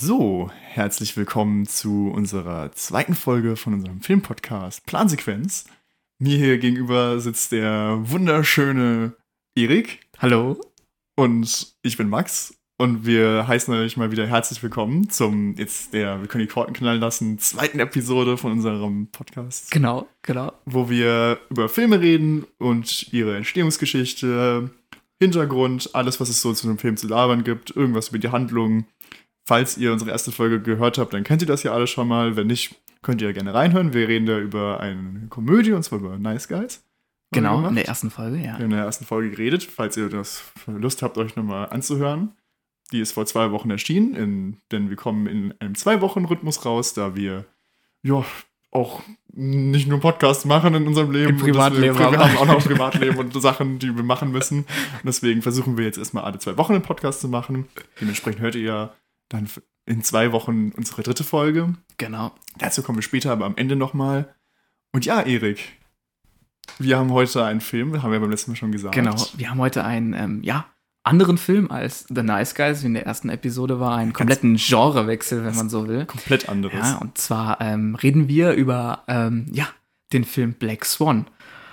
So, herzlich willkommen zu unserer zweiten Folge von unserem Filmpodcast Plansequenz. Mir hier gegenüber sitzt der wunderschöne Erik. Hallo. Und ich bin Max. Und wir heißen euch mal wieder herzlich willkommen zum, wir können die Korken knallen lassen, zweiten Episode von unserem Podcast. Genau. Wo wir über Filme reden und ihre Entstehungsgeschichte, Hintergrund, alles, was es so zu einem Film zu labern gibt, irgendwas über die Handlung. Falls ihr unsere erste Folge gehört habt, dann kennt ihr das ja alle schon mal. Wenn nicht, könnt ihr gerne reinhören. Wir reden da über eine Komödie, und zwar über Nice Guys. Genau, in der ersten Folge, ja. Wir haben in der ersten Folge geredet, falls ihr das Lust habt, euch nochmal anzuhören. Die ist vor 2 Wochen erschienen, denn wir kommen in einem 2-Wochen-Rhythmus raus, da wir auch nicht nur Podcasts machen in unserem Leben. Im Privatleben. Wir haben auch noch ein Privatleben und Sachen, die wir machen müssen. Und deswegen versuchen wir jetzt erstmal alle 2 Wochen einen Podcast zu machen. Dementsprechend hört ihr ja dann in 2 Wochen unsere 3. Folge. Genau. Dazu kommen wir später, aber am Ende nochmal. Und ja, Erik, wir haben heute einen Film, haben wir beim letzten Mal schon gesagt. Genau, wir haben heute einen, anderen Film als The Nice Guys, wie in der ersten Episode war, einen kompletten Genrewechsel, wenn man so will. Komplett anderes. Ja, und zwar reden wir über, den Film Black Swan.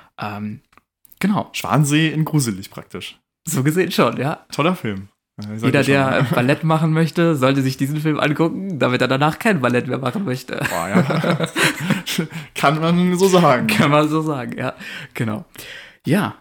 Genau. Schwansee in gruselig praktisch. So gesehen schon, ja. Toller Film. Jeder, der Ballett machen möchte, sollte sich diesen Film angucken, damit er danach kein Ballett mehr machen möchte. Boah, ja. Kann man so sagen. Kann man so sagen, ja. Genau. Ja.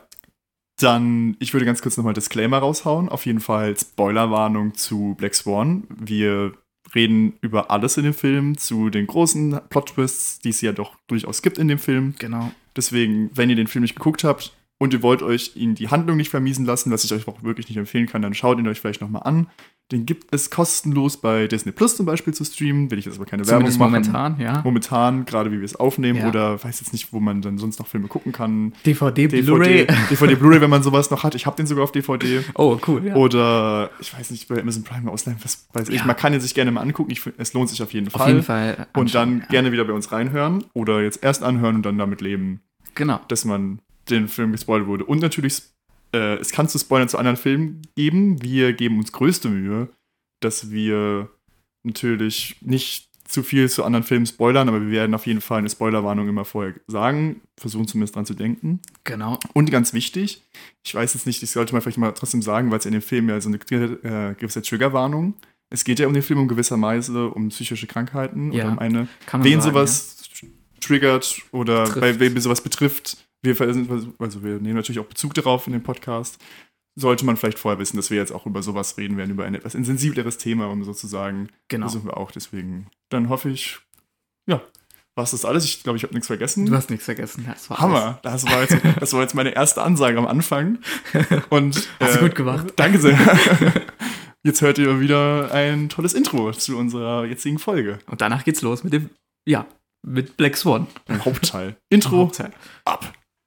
Dann, ich würde ganz kurz nochmal Disclaimer raushauen. Auf jeden Fall Spoilerwarnung zu Black Swan. Wir reden über alles in dem Film, zu den großen Plot-Twists, die es ja doch durchaus gibt in dem Film. Genau. Deswegen, wenn ihr den Film nicht geguckt habt und ihr wollt euch die Handlung nicht vermiesen lassen, was ich euch auch wirklich nicht empfehlen kann, dann schaut ihn euch vielleicht nochmal an. Den gibt es kostenlos bei Disney Plus zum Beispiel zu streamen. Will ich jetzt aber keine Werbung machen. Momentan, ja. Momentan, gerade wie wir es aufnehmen, ja. Oder weiß jetzt nicht, wo man dann sonst noch Filme gucken kann. DVD, Blu-ray. DVD, Blu-ray, wenn man sowas noch hat. Ich habe den sogar auf DVD. Oh, cool, ja. Oder, ich weiß nicht, bei Amazon Prime ausleihen, was weiß ich. Man kann ihn sich gerne mal angucken. Es lohnt sich auf jeden Fall. Auf jeden Fall. Und dann gerne wieder bei uns reinhören. Oder jetzt erst anhören und dann damit leben. Genau. Dass man den Film gespoilt wurde. Und natürlich, es kann zu Spoilern zu anderen Filmen geben. Wir geben uns größte Mühe, dass wir natürlich nicht zu viel zu anderen Filmen spoilern, aber wir werden auf jeden Fall eine Spoilerwarnung immer vorher sagen, versuchen zumindest dran zu denken. Genau. Und ganz wichtig, ich weiß jetzt nicht, ich sollte mal vielleicht mal trotzdem sagen, weil es in dem Film ja so eine gewisse Triggerwarnung. Es geht ja um den Film gewisserweise um psychische Krankheiten oder um eine, wen sowas triggert oder bei wem sowas betrifft. Wir nehmen natürlich auch Bezug darauf in dem Podcast. Sollte man vielleicht vorher wissen, dass wir jetzt auch über sowas reden werden, über ein etwas sensibleres Thema, um sozusagen. Genau. Versuchen wir auch, deswegen. Dann hoffe ich, war es das alles? Ich glaube, ich habe nichts vergessen. Du hast nichts vergessen. Das war Hammer. Das war jetzt meine erste Ansage am Anfang. Und, hast du gut gemacht. Danke sehr. Jetzt hört ihr wieder ein tolles Intro zu unserer jetzigen Folge. Und danach geht's los mit mit Black Swan. Ein Hauptteil. Intro, ab.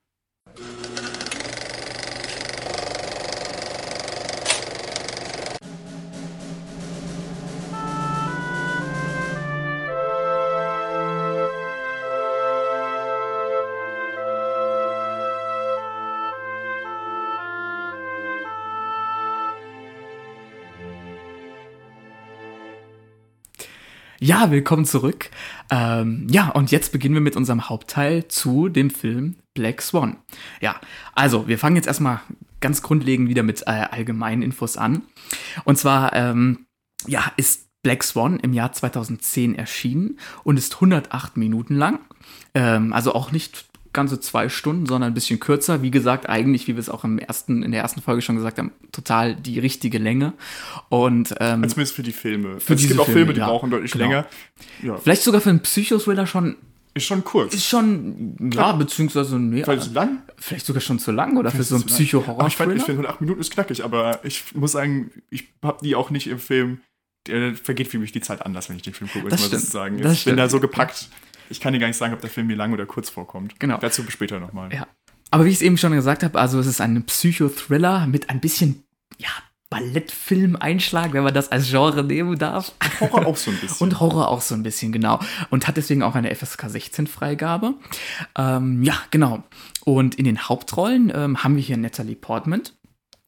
Ja, willkommen zurück. Und jetzt beginnen wir mit unserem Hauptteil zu dem Film Black Swan. Ja, also wir fangen jetzt erstmal ganz grundlegend wieder mit allgemeinen Infos an. Und zwar, ist Black Swan im Jahr 2010 erschienen und ist 108 Minuten lang. Also auch nicht ganze 2 Stunden, sondern ein bisschen kürzer. Wie gesagt, eigentlich, wie wir es auch in der ersten Folge schon gesagt haben, total die richtige Länge. Und zumindest für die Filme. Es gibt auch Filme, die brauchen deutlich länger. Ja. Vielleicht sogar für einen Psychothriller schon. Ist schon kurz. Ist schon, beziehungsweise, vielleicht zu lang? Vielleicht sogar schon zu lang oder vielleicht für so einen Psycho-Horror-Thriller. Ich finde 108 Minuten ist knackig, aber ich muss sagen, ich habe die auch nicht im Film. Der vergeht für mich die Zeit anders, wenn ich den Film gucke. Ich bin da so gepackt. Ich kann dir gar nicht sagen, ob der Film mir lang oder kurz vorkommt. Genau. Dazu später nochmal. Ja. Aber wie ich es eben schon gesagt habe, also es ist ein Psychothriller mit ein bisschen, Ballettfilm-Einschlag, wenn man das als Genre nehmen darf. Und Horror auch so ein bisschen. Und Horror auch so ein bisschen, genau. Und hat deswegen auch eine FSK 16-Freigabe. Genau. Und in den Hauptrollen haben wir hier Natalie Portman.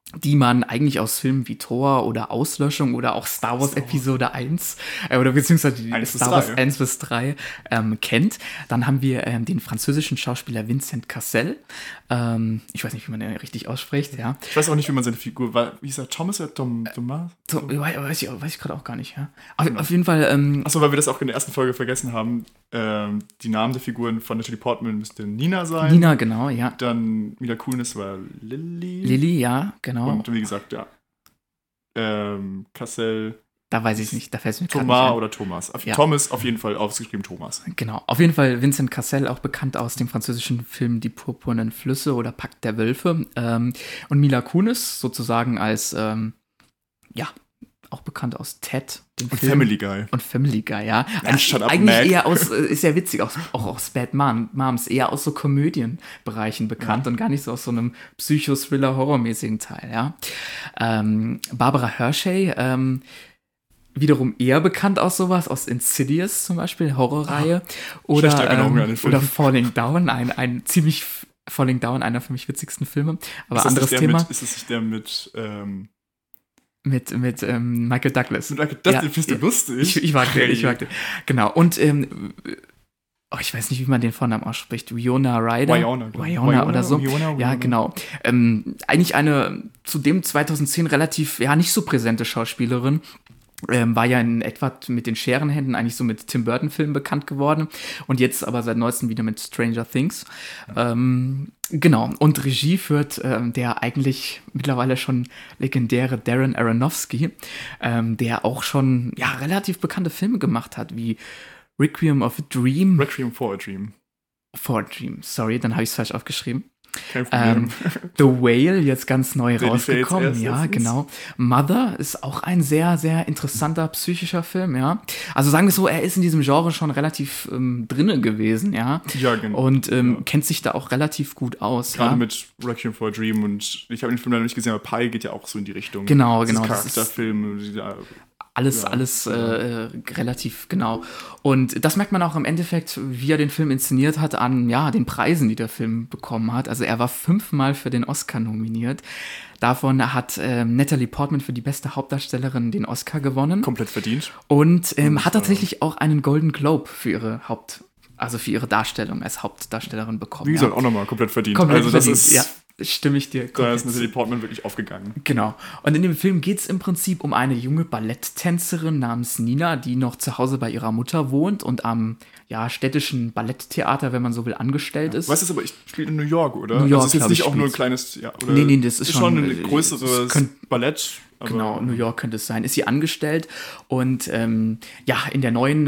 die man eigentlich aus Filmen wie Thor oder Auslöschung oder auch Star Wars Episode 1 oder beziehungsweise die Star Wars 1 bis 3 kennt. Dann haben wir den französischen Schauspieler Vincent Cassel. Ich weiß nicht, wie man den richtig ausspricht, ja. Ich weiß auch nicht, wie man seine Figur war. Wie hieß er? Thomas oder Thomas? Weiß ich gerade auch gar nicht, ja. Auf jeden Fall. Achso, weil wir das auch in der ersten Folge vergessen haben. Die Namen der Figuren von Natalie Portman müsste Nina sein. Nina, genau, ja. Dann Mila Kunis war Lily. Lily, ja, genau. Und wie gesagt, ja. Cassel. Da weiß ich nicht, da fällt es mir gerade nicht ein. Oder Thomas. Ja. Thomas auf jeden Fall ausgeschrieben Thomas. Genau, auf jeden Fall Vincent Cassel, auch bekannt aus dem französischen Film Die purpurnen Flüsse oder Pakt der Wölfe. Und Mila Kunis sozusagen als, auch bekannt aus Ted, dem Film. Family Guy. Und Family Guy, ja. Shut up, eigentlich Mac. Eher aus, ist ja witzig, auch aus Bad Moms, eher aus so Komödienbereichen bekannt und gar nicht so aus so einem Psycho-Thriller-Horrormäßigen Teil, ja. Barbara Hershey, wiederum eher bekannt aus sowas, aus Insidious zum Beispiel, Horrorreihe. Oder Falling Down, Falling Down, einer für mich witzigsten Filme. Aber anderes Thema. Ist es nicht der mit Michael Douglas. Mit Michael Douglas, bist du lustig. Ich mag den. Genau. Und ich weiß nicht, wie man den Vornamen ausspricht. Winona oder so. Ja, genau. Eigentlich eine zu dem 2010 relativ, nicht so präsente Schauspielerin. War ja in etwa mit den Scherenhänden eigentlich so mit Tim Burton-Filmen bekannt geworden und jetzt aber seit neuestem wieder mit Stranger Things. Genau, und Regie führt der eigentlich mittlerweile schon legendäre Darren Aronofsky, der auch schon relativ bekannte Filme gemacht hat, wie Requiem for a Dream, sorry, dann habe ich es falsch aufgeschrieben. Kein Problem. The Whale, jetzt ganz neu rausgekommen. Ja, genau. Mother ist auch ein sehr, sehr interessanter psychischer Film, ja. Also sagen wir so, er ist in diesem Genre schon relativ drinne gewesen, ja. Ja, genau. Und kennt sich da auch relativ gut aus. Gerade mit Requiem for a Dream und ich habe den Film leider nicht gesehen, aber Pi geht ja auch so in die Richtung. Genau. Charakterfilm, Alles relativ genau. Und das merkt man auch im Endeffekt, wie er den Film inszeniert hat, an den Preisen, die der Film bekommen hat. Also er war 5-mal für den Oscar nominiert. Davon hat Natalie Portman für die beste Hauptdarstellerin den Oscar gewonnen. Komplett verdient. Und hat tatsächlich auch einen Golden Globe für ihre für ihre Darstellung als Hauptdarstellerin bekommen. Wie gesagt, auch nochmal komplett verdient. Das ist stimme ich dir. Da ist Natalie Portman wirklich aufgegangen. Genau. Und in dem Film geht es im Prinzip um eine junge Balletttänzerin namens Nina, die noch zu Hause bei ihrer Mutter wohnt und am städtischen Balletttheater, wenn man so will, angestellt ist. Weißt du, aber ich spiele in New York, oder? New York, das ist jetzt nicht auch nur ein kleines... oder nee, das ist schon ein größeres Ballett. Genau, New York könnte es sein. Ist sie angestellt und in der neuen,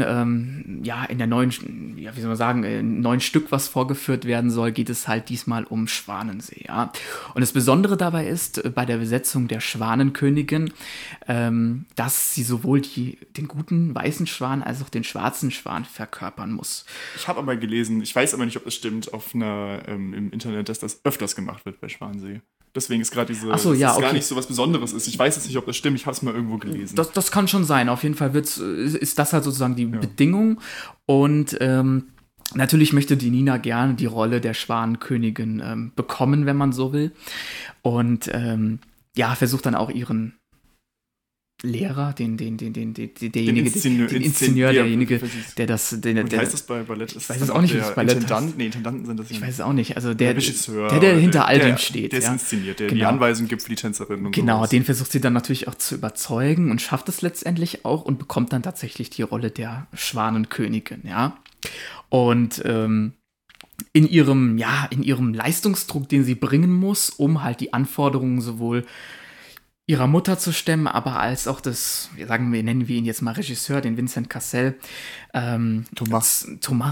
wie soll man sagen, neuen Stück, was vorgeführt werden soll, geht es halt diesmal um Schwanensee, ja. Und das Besondere dabei ist, bei der Besetzung der Schwanenkönigin, dass sie sowohl den guten weißen Schwan als auch den schwarzen Schwan verkörpern muss. Ich habe aber gelesen, ich weiß aber nicht, ob das stimmt, im Internet, dass das öfters gemacht wird bei Schwanensee. Deswegen ist gerade gar nicht so was Besonderes ist. Ich weiß jetzt nicht, ob das stimmt. Ich habe es mal irgendwo gelesen. Das kann schon sein. Auf jeden Fall ist das halt sozusagen die Bedingung. Und natürlich möchte die Nina gerne die Rolle der Schwanenkönigin bekommen, wenn man so will. Und versucht dann auch ihren Lehrer, den Ingenieur, derjenige, der das... Und heißt das bei Ballett? Ich weiß es auch nicht, wie das Ballett heißt. Intendanten sind das. Ich weiß es auch nicht. Also der Regisseur, der hinter all dem steht. Der ist inszeniert, der die Anweisungen gibt für die Tänzerin und genau, den versucht sie dann natürlich auch zu überzeugen und schafft es letztendlich auch und bekommt dann tatsächlich die Rolle der Schwanenkönigin, ja. Und in ihrem Leistungsdruck, den sie bringen muss, um halt die Anforderungen sowohl ihrer Mutter zu stemmen, aber als auch nennen wir ihn jetzt mal Regisseur, den Vincent Cassel, Thomas,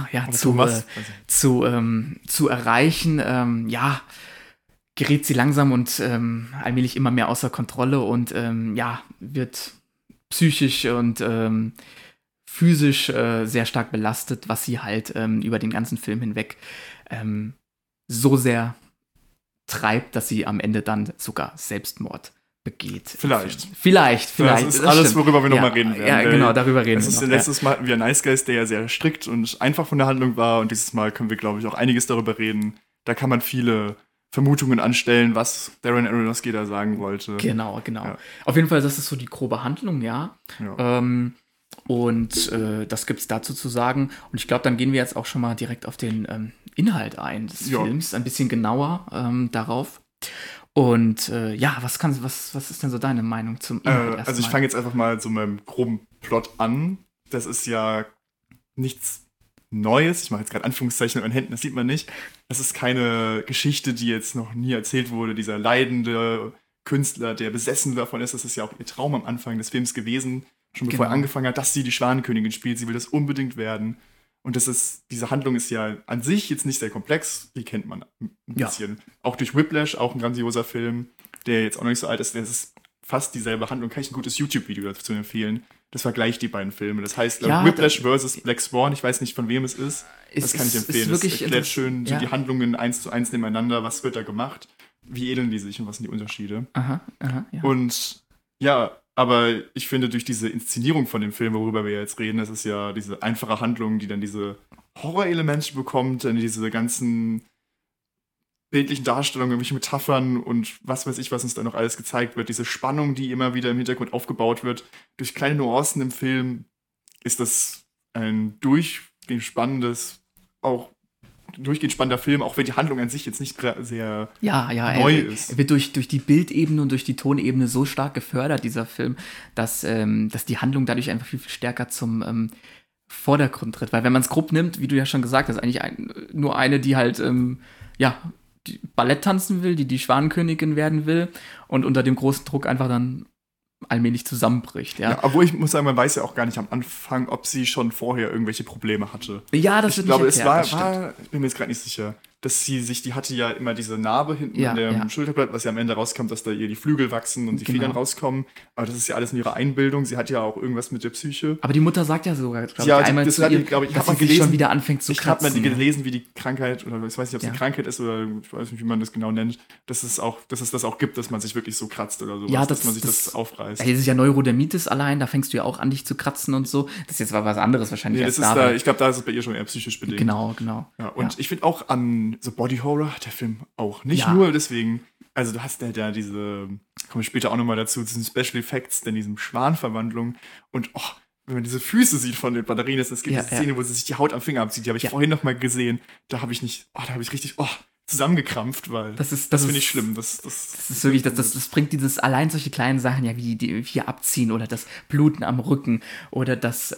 zu erreichen, gerät sie langsam und allmählich immer mehr außer Kontrolle und wird psychisch und physisch sehr stark belastet, was sie halt über den ganzen Film hinweg so sehr treibt, dass sie am Ende dann sogar Selbstmord begeht. Vielleicht. Das ist alles, worüber wir nochmal reden werden. Ja, genau, darüber reden wir noch. Letztes Mal hatten wir Nice Guys, der ja sehr strikt und einfach von der Handlung war und dieses Mal können wir, glaube ich, auch einiges darüber reden. Da kann man viele Vermutungen anstellen, was Darren Aronofsky da sagen wollte. Genau. Ja. Auf jeden Fall, das ist so die grobe Handlung, ja. Das gibt's dazu zu sagen. Und ich glaube, dann gehen wir jetzt auch schon mal direkt auf den Inhalt ein des Films, ein bisschen genauer darauf. Und was ist denn so deine Meinung zum Inhalt? Also ich fange jetzt einfach mal so mit einem groben Plot an. Das ist ja nichts Neues. Ich mache jetzt gerade Anführungszeichen in meinen Händen, das sieht man nicht. Das ist keine Geschichte, die jetzt noch nie erzählt wurde. Dieser leidende Künstler, der besessen davon ist, das ist ja auch ihr Traum am Anfang des Films gewesen, schon bevor er angefangen hat, dass sie die Schwanenkönigin spielt. Sie will das unbedingt werden. Und diese Handlung ist ja an sich jetzt nicht sehr komplex, die kennt man ein bisschen. Auch durch Whiplash, auch ein grandioser Film, der jetzt auch noch nicht so alt ist, das ist fast dieselbe Handlung. Kann ich ein gutes YouTube-Video dazu empfehlen. Das vergleicht die beiden Filme. Das heißt, Whiplash vs. Black Swan, ich weiß nicht, von wem es ist. Das kann ich empfehlen. Das erklärt schön so die Handlungen 1:1 nebeneinander, was wird da gemacht, wie ähneln die sich und was sind die Unterschiede. Ja. Und aber ich finde, durch diese Inszenierung von dem Film, worüber wir jetzt reden, das ist ja diese einfache Handlung, die dann diese Horrorelemente bekommt, dann diese ganzen bildlichen Darstellungen, irgendwelche Metaphern und was weiß ich, was uns da noch alles gezeigt wird. Diese Spannung, die immer wieder im Hintergrund aufgebaut wird. Durch kleine Nuancen im Film ist das ein durchgehend spannender Film, auch wenn die Handlung an sich jetzt nicht sehr neu ist. Er wird durch die Bildebene und durch die Tonebene so stark gefördert, dieser Film, dass die Handlung dadurch einfach viel, viel stärker zum Vordergrund tritt. Weil wenn man es grob nimmt, wie du ja schon gesagt hast, eigentlich nur eine, die halt die Ballett tanzen will, die Schwanenkönigin werden will und unter dem großen Druck einfach dann allmählich zusammenbricht, ja. Obwohl ich muss sagen, man weiß ja auch gar nicht am Anfang, ob sie schon vorher irgendwelche Probleme hatte. Ja, das wird nicht erklärt, ich bin mir jetzt gerade nicht sicher, dass die hatte ja immer diese Narbe hinten an dem Schulterblatt, was ja am Ende rauskam, dass da ihr die Flügel wachsen und die Federn rauskommen. Aber das ist ja alles in ihrer Einbildung. Sie hat ja auch irgendwas mit der Psyche. Aber die Mutter sagt ja sogar, einmal zu ihr, dass sie schon wieder anfängt zu kratzen. Ich habe mal gelesen, wie die Krankheit, oder ich weiß nicht, ob es eine Krankheit ist oder ich weiß nicht, wie man das genau nennt, dass es das auch gibt, dass man sich wirklich so kratzt oder sowas, dass man sich das aufreißt. Das ist ja Neurodermitis allein, da fängst du ja auch an, dich zu kratzen und so. Das ist jetzt was anderes wahrscheinlich. Ich glaube, da ist es bei ihr schon eher psychisch bedingt. Genau. Ja, und ich finde auch an so Body Horror hat der Film auch. Nicht nur deswegen, also du hast ja diese, komme ich später auch nochmal dazu, diesen Special Effects, denn diesen Schwanverwandlung und wenn man diese Füße sieht von den Batterien, es gibt diese Szene, wo sie sich die Haut am Finger abzieht, die habe ich vorhin nochmal gesehen, da habe ich richtig zusammengekrampft, weil das finde ich schlimm. Das ist wirklich, das bringt allein solche kleinen Sachen, ja, wie die hier abziehen oder das Bluten am Rücken oder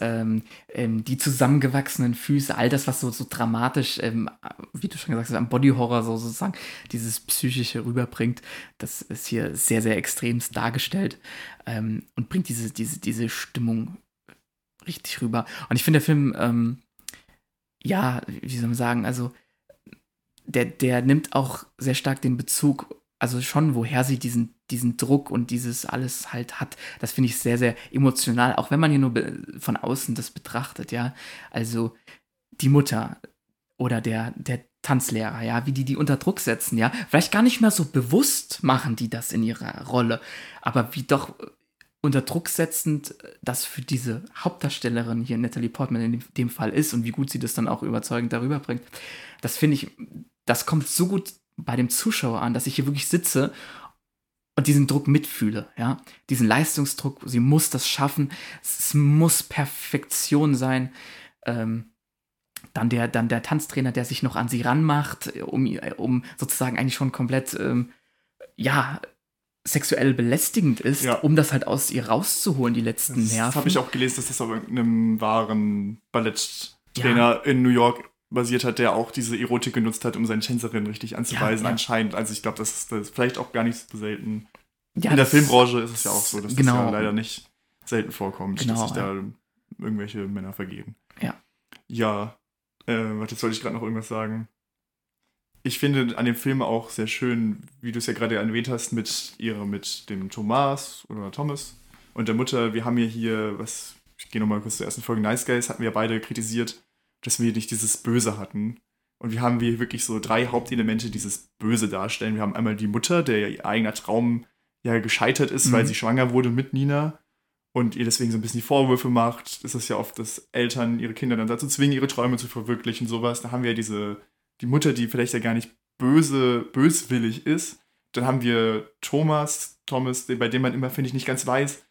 die zusammengewachsenen Füße, all das, was so dramatisch, wie du schon gesagt hast, am Body-Horror sozusagen dieses Psychische rüberbringt, das ist hier sehr, sehr extremst dargestellt und bringt diese Stimmung richtig rüber. Und ich finde, der Film, wie soll man sagen, also der nimmt auch sehr stark den Bezug, also schon, woher sie diesen Druck und dieses alles halt hat. Das finde ich sehr, sehr emotional, auch wenn man hier nur von außen das betrachtet, ja. Also die Mutter oder der Tanzlehrer, ja, wie die unter Druck setzen, ja. Vielleicht gar nicht mehr so bewusst machen die das in ihrer Rolle, aber wie doch unter Druck setzend das für diese Hauptdarstellerin hier, Natalie Portman, in dem Fall ist und wie gut sie das dann auch überzeugend darüber bringt. Das finde ich, das kommt so gut bei dem Zuschauer an, dass ich hier wirklich sitze und diesen Druck mitfühle, ja. Diesen Leistungsdruck, sie muss das schaffen, es muss Perfektion sein. Dann der Tanztrainer, der sich noch an sie ranmacht, um sozusagen eigentlich schon komplett, sexuell belästigend ist, um das halt aus ihr rauszuholen, die letzten Nerven. Das habe ich auch gelesen, dass das auf einem wahren Balletttrainer in New York basiert hat, der auch diese Erotik genutzt hat, um seine Tänzerin richtig anzuweisen, anscheinend. Also ich glaube, das ist vielleicht auch gar nicht so selten. Ja, in der Filmbranche ist es ja auch so, dass das ja leider nicht selten vorkommt, dass sich da irgendwelche Männer vergeben. Ja, jetzt wollte ich gerade noch irgendwas sagen. Ich finde an dem Film auch sehr schön, wie du es ja gerade erwähnt hast, mit dem Thomas und der Mutter. Wir haben ja hier, ich gehe nochmal kurz zur ersten Folge, Nice Guys, hatten wir ja beide kritisiert, dass wir nicht dieses Böse hatten. Und wir haben hier wirklich so 3 Hauptelemente, die dieses Böse darstellen. Wir haben einmal die Mutter, der ihr eigener Traum ja gescheitert ist, weil sie schwanger wurde mit Nina und ihr deswegen so ein bisschen die Vorwürfe macht. Das ist ja oft, dass Eltern ihre Kinder dann dazu zwingen, ihre Träume zu verwirklichen, sowas. Da haben wir ja die Mutter, die vielleicht ja gar nicht böswillig ist. Dann haben wir Thomas, bei dem man immer, finde ich, nicht ganz weiß,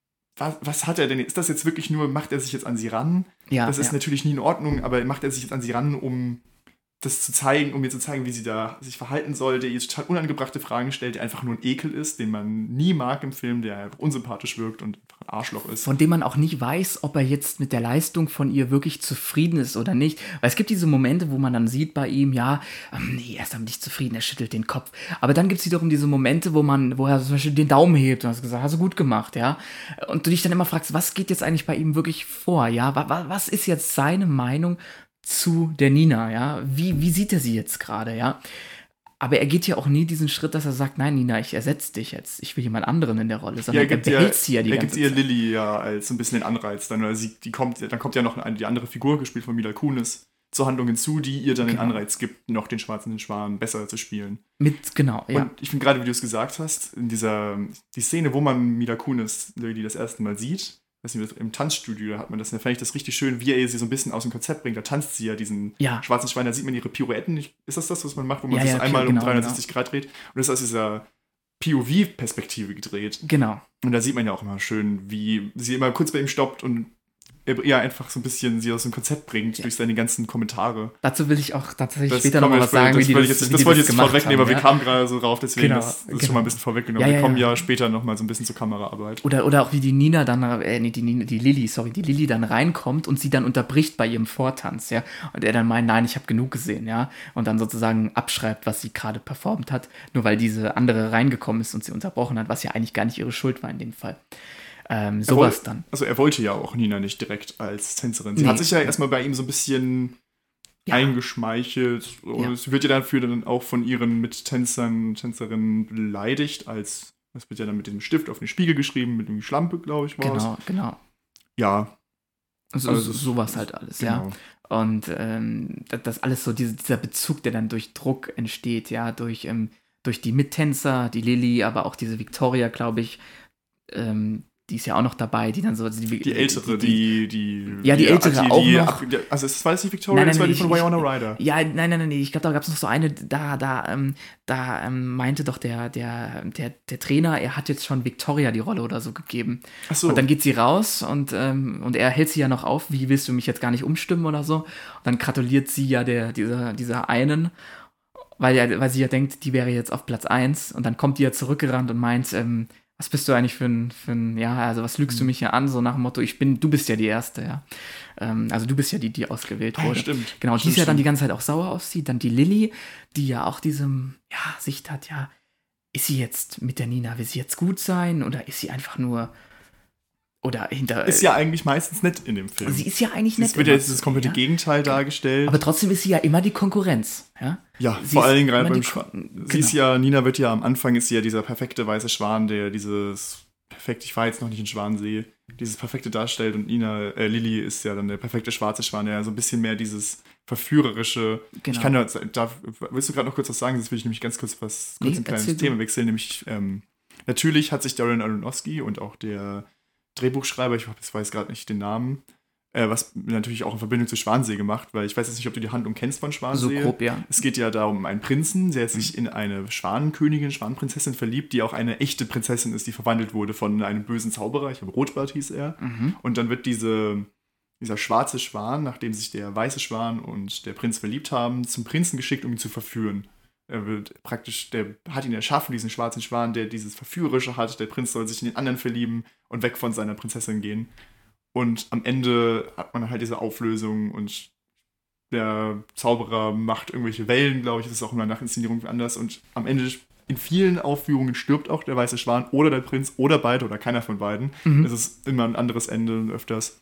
was hat er denn? Ist das jetzt wirklich nur, macht er sich jetzt an sie ran? Ja, das ist natürlich nie in Ordnung, aber macht er sich jetzt an sie ran, um das zu zeigen, um mir zu zeigen, wie sie da sich verhalten soll, der ihr total unangebrachte Fragen stellt, der einfach nur ein Ekel ist, den man nie mag im Film, der einfach unsympathisch wirkt und einfach ein Arschloch ist. Von dem man auch nicht weiß, ob er jetzt mit der Leistung von ihr wirklich zufrieden ist oder nicht. Weil es gibt diese Momente, wo man dann sieht bei ihm, nee, er ist damit nicht zufrieden, er schüttelt den Kopf. Aber dann gibt es wiederum diese Momente, wo er zum Beispiel den Daumen hebt und hat gesagt, hast du gut gemacht, ja. Und du dich dann immer fragst, was geht jetzt eigentlich bei ihm wirklich vor, ja? Was ist jetzt seine Meinung zu der Nina, ja? Wie sieht er sie jetzt gerade, ja? Aber er geht ja auch nie diesen Schritt, dass er sagt, nein, Nina, ich ersetze dich jetzt. Ich will jemand anderen in der Rolle. Sondern er behält sie ja die ganze Zeit. Er gibt ihr Lilly ja als ein bisschen den Anreiz. Dann kommt ja noch die andere Figur, gespielt von Mila Kunis, zur Handlung hinzu, die ihr dann den Anreiz gibt, noch den schwarzen Schwan besser zu spielen. Genau, ja. Und ich finde gerade, wie du es gesagt hast, die Szene, wo man Mila Kunis Lilly das erste Mal sieht, im Tanzstudio, da hat man das, da fand ich das richtig schön, wie er sie so ein bisschen aus dem Konzept bringt. Da tanzt sie ja diesen schwarzen Schwein, da sieht man ihre Pirouetten. Ist das, was man macht, wo man sich einmal um 360 Grad dreht? Und das ist aus dieser POV-Perspektive gedreht. Genau. Und da sieht man ja auch immer schön, wie sie immer kurz bei ihm stoppt und er einfach so ein bisschen sie aus dem Konzept bringt durch seine ganzen Kommentare. Dazu will ich auch tatsächlich später noch mal was sagen, wie die das gemacht haben. Das wollte ich jetzt vorwegnehmen, aber wir kamen gerade so rauf, deswegen das ist schon mal ein bisschen vorweggenommen. Wir kommen ja später noch mal so ein bisschen zur Kameraarbeit. Oder auch wie die Nina dann, die Lilly dann reinkommt und sie dann unterbricht bei ihrem Vortanz, ja. Und er dann meint, nein, ich habe genug gesehen, ja. Und dann sozusagen abschreibt, was sie gerade performt hat, nur weil diese andere reingekommen ist und sie unterbrochen hat, was ja eigentlich gar nicht ihre Schuld war in dem Fall. Sowas dann. Also er wollte ja auch Nina nicht direkt als Tänzerin. Sie hat sich ja erstmal bei ihm so ein bisschen eingeschmeichelt. Und es wird ja dafür dann auch von ihren Mittänzerinnen beleidigt, das wird ja dann mit dem Stift auf den Spiegel geschrieben, mit dem Schlampe, glaube ich, war es. Genau. Ja. Also sowas halt alles, genau. Ja. Und das alles so, dieser Bezug, der dann durch Druck entsteht, ja, durch die Mittänzer, die Lilly, aber auch diese Victoria, glaube ich, die ist ja auch noch dabei, die dann so... Die ältere, die ältere auch noch. Also war das nicht Victoria, das war die von Winona Ryder. Ja, nein, ich glaube, da gab es noch so eine, da meinte doch der Trainer, er hat jetzt schon Victoria die Rolle oder so gegeben. Ach so. Und dann geht sie raus und er hält sie ja noch auf, wie willst du mich jetzt gar nicht umstimmen oder so. Und dann gratuliert sie ja dieser einen, weil sie ja denkt, die wäre jetzt auf Platz 1 und dann kommt die ja zurückgerannt und meint, was bist du eigentlich für ein, also was lügst du mich hier an, so nach dem Motto, du bist ja die Erste, ja. Also du bist ja die ausgewählt wurde. Stimmt. Genau, die ist ja dann die ganze Zeit auch sauer aussieht. Dann die Lilly, die ja auch diesem, Sicht hat, ist sie jetzt mit der Nina, will sie jetzt gut sein oder ist sie einfach nur, oder hinter... Ist ja eigentlich meistens nett in dem Film. Sie ist ja eigentlich nett. Es wird ja jetzt das komplette Gegenteil dargestellt. Aber trotzdem ist sie ja immer die Konkurrenz, ja. Ja, vor allen Dingen gerade beim Schwan. Nina wird ja am Anfang ist sie ja dieser perfekte weiße Schwan, der dieses ich war jetzt noch nicht in Schwansee, dieses perfekte darstellt und Lilly ist ja dann der perfekte schwarze Schwan, der so ein bisschen mehr dieses verführerische. Genau. Ich kann willst du gerade noch kurz was sagen? Sonst will ich nämlich ganz kurz ein kleines Thema wechseln, nämlich natürlich hat sich Darren Aronofsky und auch der Drehbuchschreiber, ich weiß gerade nicht den Namen, was natürlich auch in Verbindung zu Schwansee gemacht, weil ich weiß jetzt nicht, ob du die Handlung kennst von Schwansee. So grob, ja. Es geht ja darum, um einen Prinzen, der sich in eine Schwanenprinzessin verliebt, die auch eine echte Prinzessin ist, die verwandelt wurde von einem bösen Zauberer, ich glaube Rotbart hieß er. Mhm. Und dann wird dieser schwarze Schwan, nachdem sich der weiße Schwan und der Prinz verliebt haben, zum Prinzen geschickt, um ihn zu verführen. Der hat ihn erschaffen, diesen schwarzen Schwan, der dieses Verführerische hat. Der Prinz soll sich in den anderen verlieben und weg von seiner Prinzessin gehen. Und am Ende hat man halt diese Auflösung und der Zauberer macht irgendwelche Wellen, glaube ich, das ist auch in der Nachinszenierung anders. Und am Ende, in vielen Aufführungen, stirbt auch der weiße Schwan oder der Prinz oder beide oder keiner von beiden. Es ist immer ein anderes Ende öfters.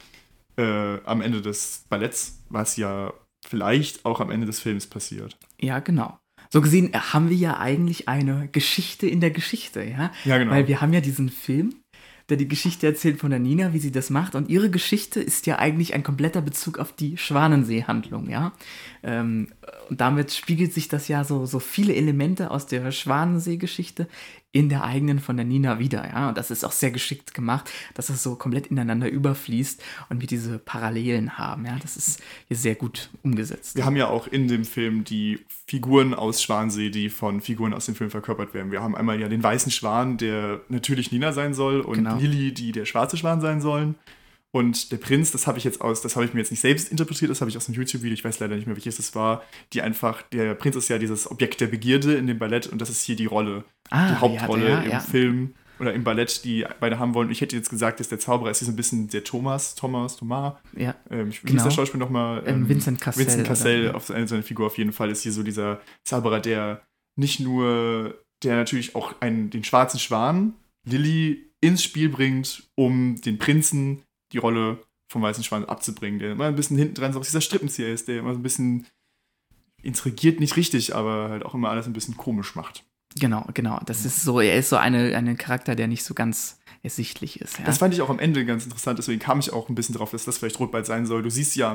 Am Ende des Balletts, was ja vielleicht auch am Ende des Films passiert. Ja, genau. So gesehen haben wir ja eigentlich eine Geschichte in der Geschichte, ja? Ja, genau. Weil wir haben ja diesen Film, der die Geschichte erzählt von der Nina, wie sie das macht. Und ihre Geschichte ist ja eigentlich ein kompletter Bezug auf die Schwanensee-Handlung, ja. Und damit spiegelt sich das ja so viele Elemente aus der Schwanensee-Geschichte in der eigenen von der Nina wieder, ja. Und das ist auch sehr geschickt gemacht, dass es so komplett ineinander überfließt und wir diese Parallelen haben, ja. Das ist hier sehr gut umgesetzt. Wir haben ja auch in dem Film die Figuren aus Schwansee, die von Figuren aus dem Film verkörpert werden. Wir haben einmal ja den weißen Schwan, der natürlich Nina sein soll, und Lilly, die der schwarze Schwan sein sollen. Und der Prinz, das habe ich mir jetzt nicht selbst interpretiert, das habe ich aus einem YouTube-Video, ich weiß leider nicht mehr, welches das war, der Prinz ist ja dieses Objekt der Begierde in dem Ballett und das ist hier die Rolle, die Hauptrolle im Film oder im Ballett, die beide haben wollen. Ich hätte jetzt gesagt, dass der Zauberer ist hier so ein bisschen der Thomas. Ja, wie ist der Schauspieler nochmal? Vincent Cassel. Vincent Cassel, auf seine Figur auf jeden Fall, ist hier so dieser Zauberer, der natürlich auch den schwarzen Schwan, Lilly, ins Spiel bringt, um den Prinzen die Rolle vom weißen Schwan abzubringen, der immer ein bisschen hinten dran so aus dieser Strippenzieher ist, der immer so ein bisschen intrigiert, nicht richtig, aber halt auch immer alles ein bisschen komisch macht. Genau. Das ist so, er ist so eine Charakter, der nicht so ganz ersichtlich ist. Ja? Das fand ich auch am Ende ganz interessant, deswegen kam ich auch ein bisschen drauf, dass das vielleicht Rotbald sein soll. Du siehst ja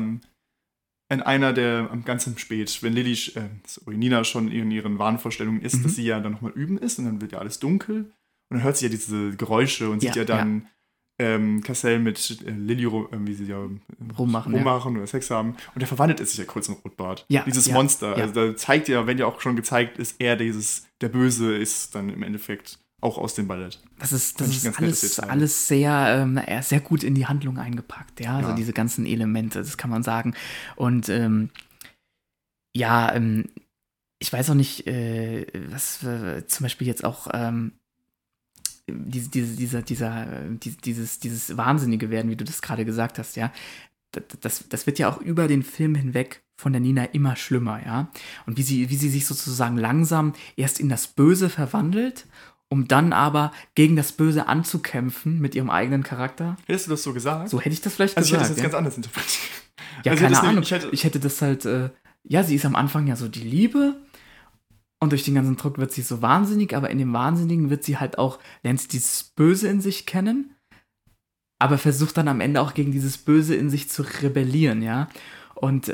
ganz spät, wenn Nina schon in ihren Wahnvorstellungen ist, dass sie ja dann nochmal üben ist und dann wird ja alles dunkel und dann hört sie ja diese Geräusche und sieht ja dann Cassel mit Lilly, wie sie ja rummachen oder Sex haben. Und der verwandelt sich ja kurz in Rotbart. Ja, dieses Monster. Ja. Also da zeigt ja, wenn ja auch schon gezeigt ist, der Böse ist dann im Endeffekt auch aus dem Ballett. Das ist alles sehr, sehr gut in die Handlung eingepackt. Ja, also diese ganzen Elemente, das kann man sagen. Und ich weiß auch nicht, was zum Beispiel jetzt auch dieses wahnsinnige Werden, wie du das gerade gesagt hast, ja, das wird ja auch über den Film hinweg von der Nina immer schlimmer, ja, und wie sie sich sozusagen langsam erst in das Böse verwandelt, um dann aber gegen das Böse anzukämpfen mit ihrem eigenen Charakter. Hättest du das so gesagt? So hätte ich das vielleicht gesagt. Ich hätte das jetzt ganz anders interpretiert. Ja, also keine Ahnung. Ich hätte das halt, sie ist am Anfang ja so die Liebe. Und durch den ganzen Druck wird sie so wahnsinnig, aber in dem Wahnsinnigen lernt sie dieses Böse in sich kennen, aber versucht dann am Ende auch gegen dieses Böse in sich zu rebellieren, ja. Und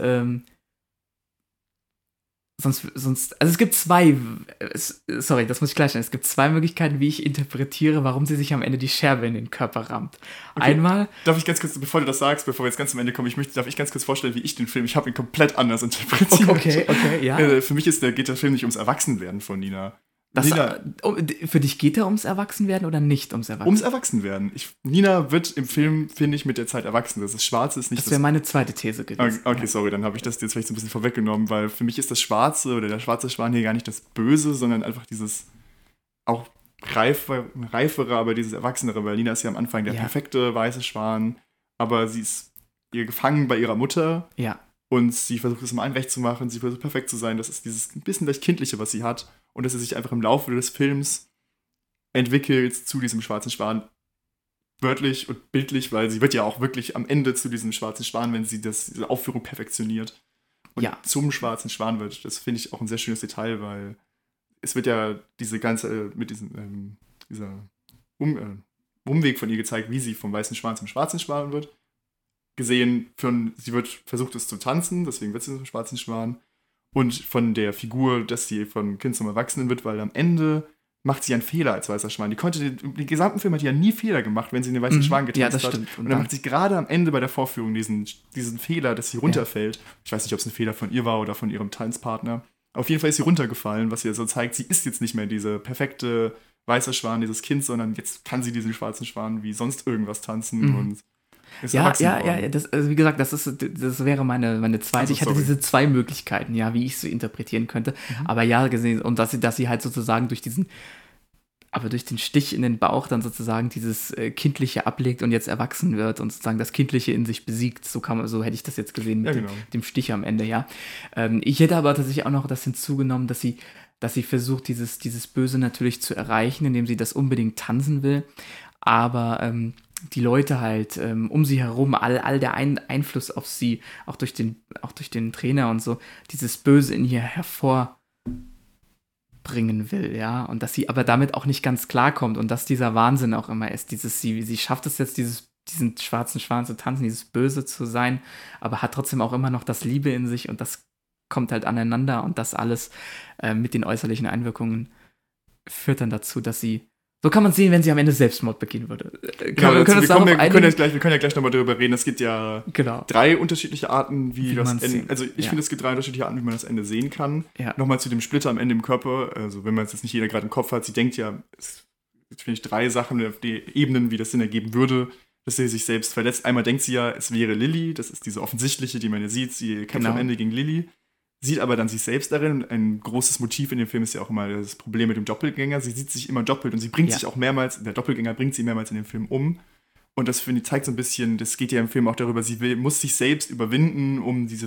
sonst, also es gibt das muss ich klarstellen, es gibt zwei Möglichkeiten, wie ich interpretiere, warum sie sich am Ende die Scherbe in den Körper rammt. Okay. Einmal... Darf ich ganz kurz, bevor du das sagst, bevor wir jetzt ganz zum Ende kommen, darf ich ganz kurz vorstellen, wie ich den Film, ich habe ihn komplett anders interpretiert. Okay, ja. Für mich geht der Film nicht ums Erwachsenwerden von Nina. Für dich geht er ums Erwachsenwerden oder nicht ums Erwachsenwerden? Ums Erwachsenwerden. Nina wird im Film, finde ich, mit der Zeit erwachsen. Das Schwarze ist nicht... Das wäre meine zweite These gewesen. Okay, sorry, dann habe ich das jetzt vielleicht so ein bisschen vorweggenommen, weil für mich ist das Schwarze oder der schwarze Schwan hier gar nicht das Böse, sondern einfach dieses auch reifere, aber dieses Erwachsenere, weil Nina ist ja am Anfang der perfekte weiße Schwan, aber sie ist ihr gefangen bei ihrer Mutter. Ja. Und sie versucht es immer allen recht zu machen, sie versucht perfekt zu sein. Das ist dieses ein bisschen vielleicht Kindliche, was sie hat. Und dass sie sich einfach im Laufe des Films entwickelt zu diesem schwarzen Schwan. Wörtlich und bildlich, weil sie wird ja auch wirklich am Ende zu diesem schwarzen Schwan, wenn sie diese Aufführung perfektioniert. Und zum schwarzen Schwan wird. Das finde ich auch ein sehr schönes Detail, weil es wird ja dieser Umweg von ihr gezeigt, wie sie vom weißen Schwan zum schwarzen Schwan wird. Sie wird versucht, es zu tanzen, deswegen wird sie zum schwarzen Schwan. Und von der Figur, dass sie von Kind zum Erwachsenen wird, weil am Ende macht sie einen Fehler als weißer Schwan. Den gesamten Film hat die ja nie Fehler gemacht, wenn sie den weißen Schwan getanzt hat. Und dann macht sie gerade am Ende bei der Vorführung diesen Fehler, dass sie runterfällt. Ich weiß nicht, ob es ein Fehler von ihr war oder von ihrem Tanzpartner. Auf jeden Fall ist sie runtergefallen, was ihr so zeigt, sie ist jetzt nicht mehr diese perfekte weiße Schwan, dieses Kind, sondern jetzt kann sie diesen schwarzen Schwan wie sonst irgendwas tanzen und ist erwachsen geworden. Also wie gesagt, das wäre meine zweite. Ich hatte diese zwei Möglichkeiten, wie ich es so interpretieren könnte. Aber gesehen, und dass sie halt sozusagen durch den Stich in den Bauch dann sozusagen dieses Kindliche ablegt und jetzt erwachsen wird und sozusagen das Kindliche in sich besiegt. So hätte ich das jetzt gesehen mit dem Stich am Ende, Ich hätte aber tatsächlich auch noch das hinzugenommen, dass sie versucht, dieses Böse natürlich zu erreichen, indem sie das unbedingt tanzen will. Aber die Leute halt um sie herum, all der Einfluss auf sie, auch durch den Trainer und so, dieses Böse in ihr hervorbringen will, und dass sie aber damit auch nicht ganz klarkommt und dass dieser Wahnsinn auch immer ist, sie schafft es jetzt, diesen schwarzen Schwan zu tanzen, dieses Böse zu sein, aber hat trotzdem auch immer noch das Liebe in sich und das kommt halt aneinander und das alles mit den äußerlichen Einwirkungen führt dann dazu, dass sie, so kann man sehen, wenn sie am Ende Selbstmord begehen würde. Wir können ja gleich nochmal darüber reden. Es gibt ja 3 unterschiedliche Arten, wie das Ende, also ich finde, es gibt 3 unterschiedliche Arten, wie man das Ende sehen kann. Ja. Nochmal zu dem Splitter am Ende im Körper, also wenn man es jetzt nicht jeder gerade im Kopf hat, sie denkt ja, es finde ich 3 Sachen, die Ebenen, wie das Sinn ergeben würde, dass sie sich selbst verletzt. Einmal denkt sie ja, es wäre Lily, das ist diese offensichtliche, die man ja sieht, sie kämpft am Ende gegen Lily. Sieht aber dann sich selbst darin. Ein großes Motiv in dem Film ist ja auch immer das Problem mit dem Doppelgänger. Sie sieht sich immer doppelt und sie bringt sich auch mehrmals, der Doppelgänger bringt sie mehrmals in dem Film um. Und das, finde ich, zeigt so ein bisschen, das geht ja im Film auch darüber, muss sich selbst überwinden, um diese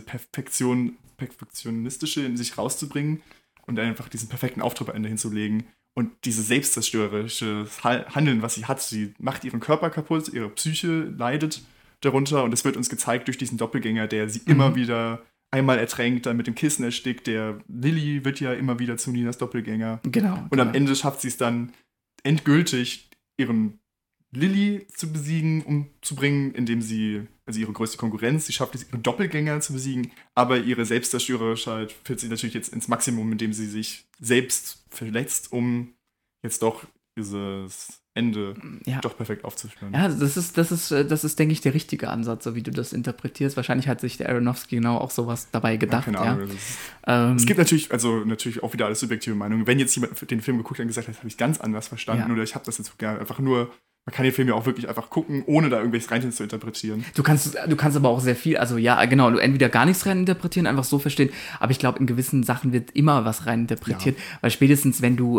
Perfektionistische in sich rauszubringen und einfach diesen perfekten Auftritt am Ende hinzulegen. Und dieses selbstzerstörerische Handeln, was sie hat, sie macht ihren Körper kaputt, ihre Psyche leidet darunter und es wird uns gezeigt durch diesen Doppelgänger, der sie immer wieder einmal ertränkt, dann mit dem Kissen erstickt. Der Lily wird ja immer wieder zu Ninas Doppelgänger. Genau. Und am Ende schafft sie es dann endgültig, ihren Lily zu besiegen, umzubringen, indem sie, also ihre größte Konkurrenz, sie schafft es, ihren Doppelgänger zu besiegen, aber ihre Selbstzerstörerischkeit führt sie natürlich jetzt ins Maximum, indem sie sich selbst verletzt, um jetzt doch dieses Ende doch perfekt aufzuführen. Ja, das ist, denke ich, der richtige Ansatz, so wie du das interpretierst. Wahrscheinlich hat sich der Aronofsky genau auch sowas dabei gedacht. Ja, keine Ahnung. Es gibt natürlich auch wieder alles subjektive Meinungen. Wenn jetzt jemand den Film geguckt hat und gesagt hat, das habe ich ganz anders verstanden oder ich habe das jetzt einfach nur. Man kann den Film ja auch wirklich einfach gucken, ohne da irgendwelches rein zu interpretieren. Du kannst aber auch sehr viel, also ja, genau, du entweder gar nichts rein interpretieren, einfach so verstehen, aber ich glaube, in gewissen Sachen wird immer was rein interpretiert, weil spätestens, wenn du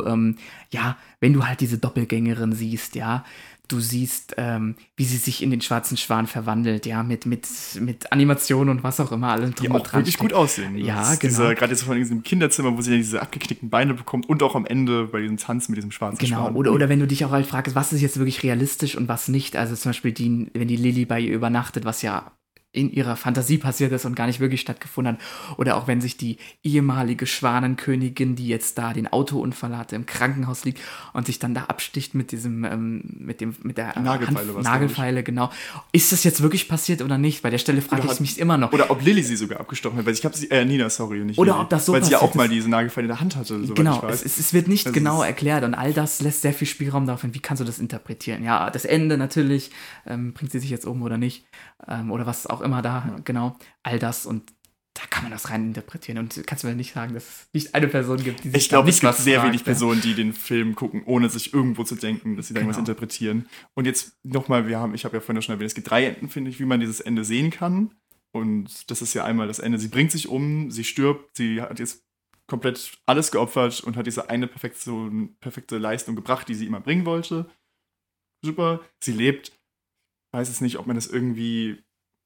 halt diese Doppelgängerin siehst, ja, du siehst, wie sie sich in den schwarzen Schwan verwandelt, ja, mit Animation und was auch immer, allem drum und dran. Die auch wirklich gut aussehen. Ja, genau. Gerade jetzt von diesem Kinderzimmer, wo sie ja diese abgeknickten Beine bekommt und auch am Ende bei diesem Tanz mit diesem schwarzen Schwan. Genau, oder wenn du dich auch halt fragst, was ist jetzt wirklich realistisch und was nicht, also zum Beispiel wenn die Lily bei ihr übernachtet, was ja in ihrer Fantasie passiert ist und gar nicht wirklich stattgefunden hat. Oder auch wenn sich die ehemalige Schwanenkönigin, die jetzt da den Autounfall hatte, im Krankenhaus liegt und sich dann da absticht mit diesem, mit der Nagelfeile, genau. Ist das jetzt wirklich passiert oder nicht? Bei der Stelle frage ich mich immer noch. Oder ob Lily sie sogar abgestochen hat, weil ich habe sie, Nina, sorry, nicht oder Lily, ob das so weil sie ja auch mal diese Nagelfeile in der Hand hatte, soweit ich weiß. Es wird nicht genau erklärt und all das lässt sehr viel Spielraum darauf hin, wie kannst du das interpretieren? Ja, das Ende natürlich, bringt sie sich jetzt um oder nicht, oder was auch immer da, genau, all das und da kann man das rein interpretieren und kannst du mir nicht sagen, dass es nicht eine Person gibt, die sich ich glaube, es gibt sehr wenig Personen, die den Film gucken, ohne sich irgendwo zu denken, dass sie da irgendwas interpretieren. Und jetzt nochmal, ich habe ja vorhin schon erwähnt, es gibt 3 Enden, finde ich, wie man dieses Ende sehen kann. Und das ist ja einmal das Ende, sie bringt sich um, sie stirbt, sie hat jetzt komplett alles geopfert und hat diese eine perfekte Leistung gebracht, die sie immer bringen wollte. Super, sie lebt. Ich weiß es nicht, ob man das irgendwie,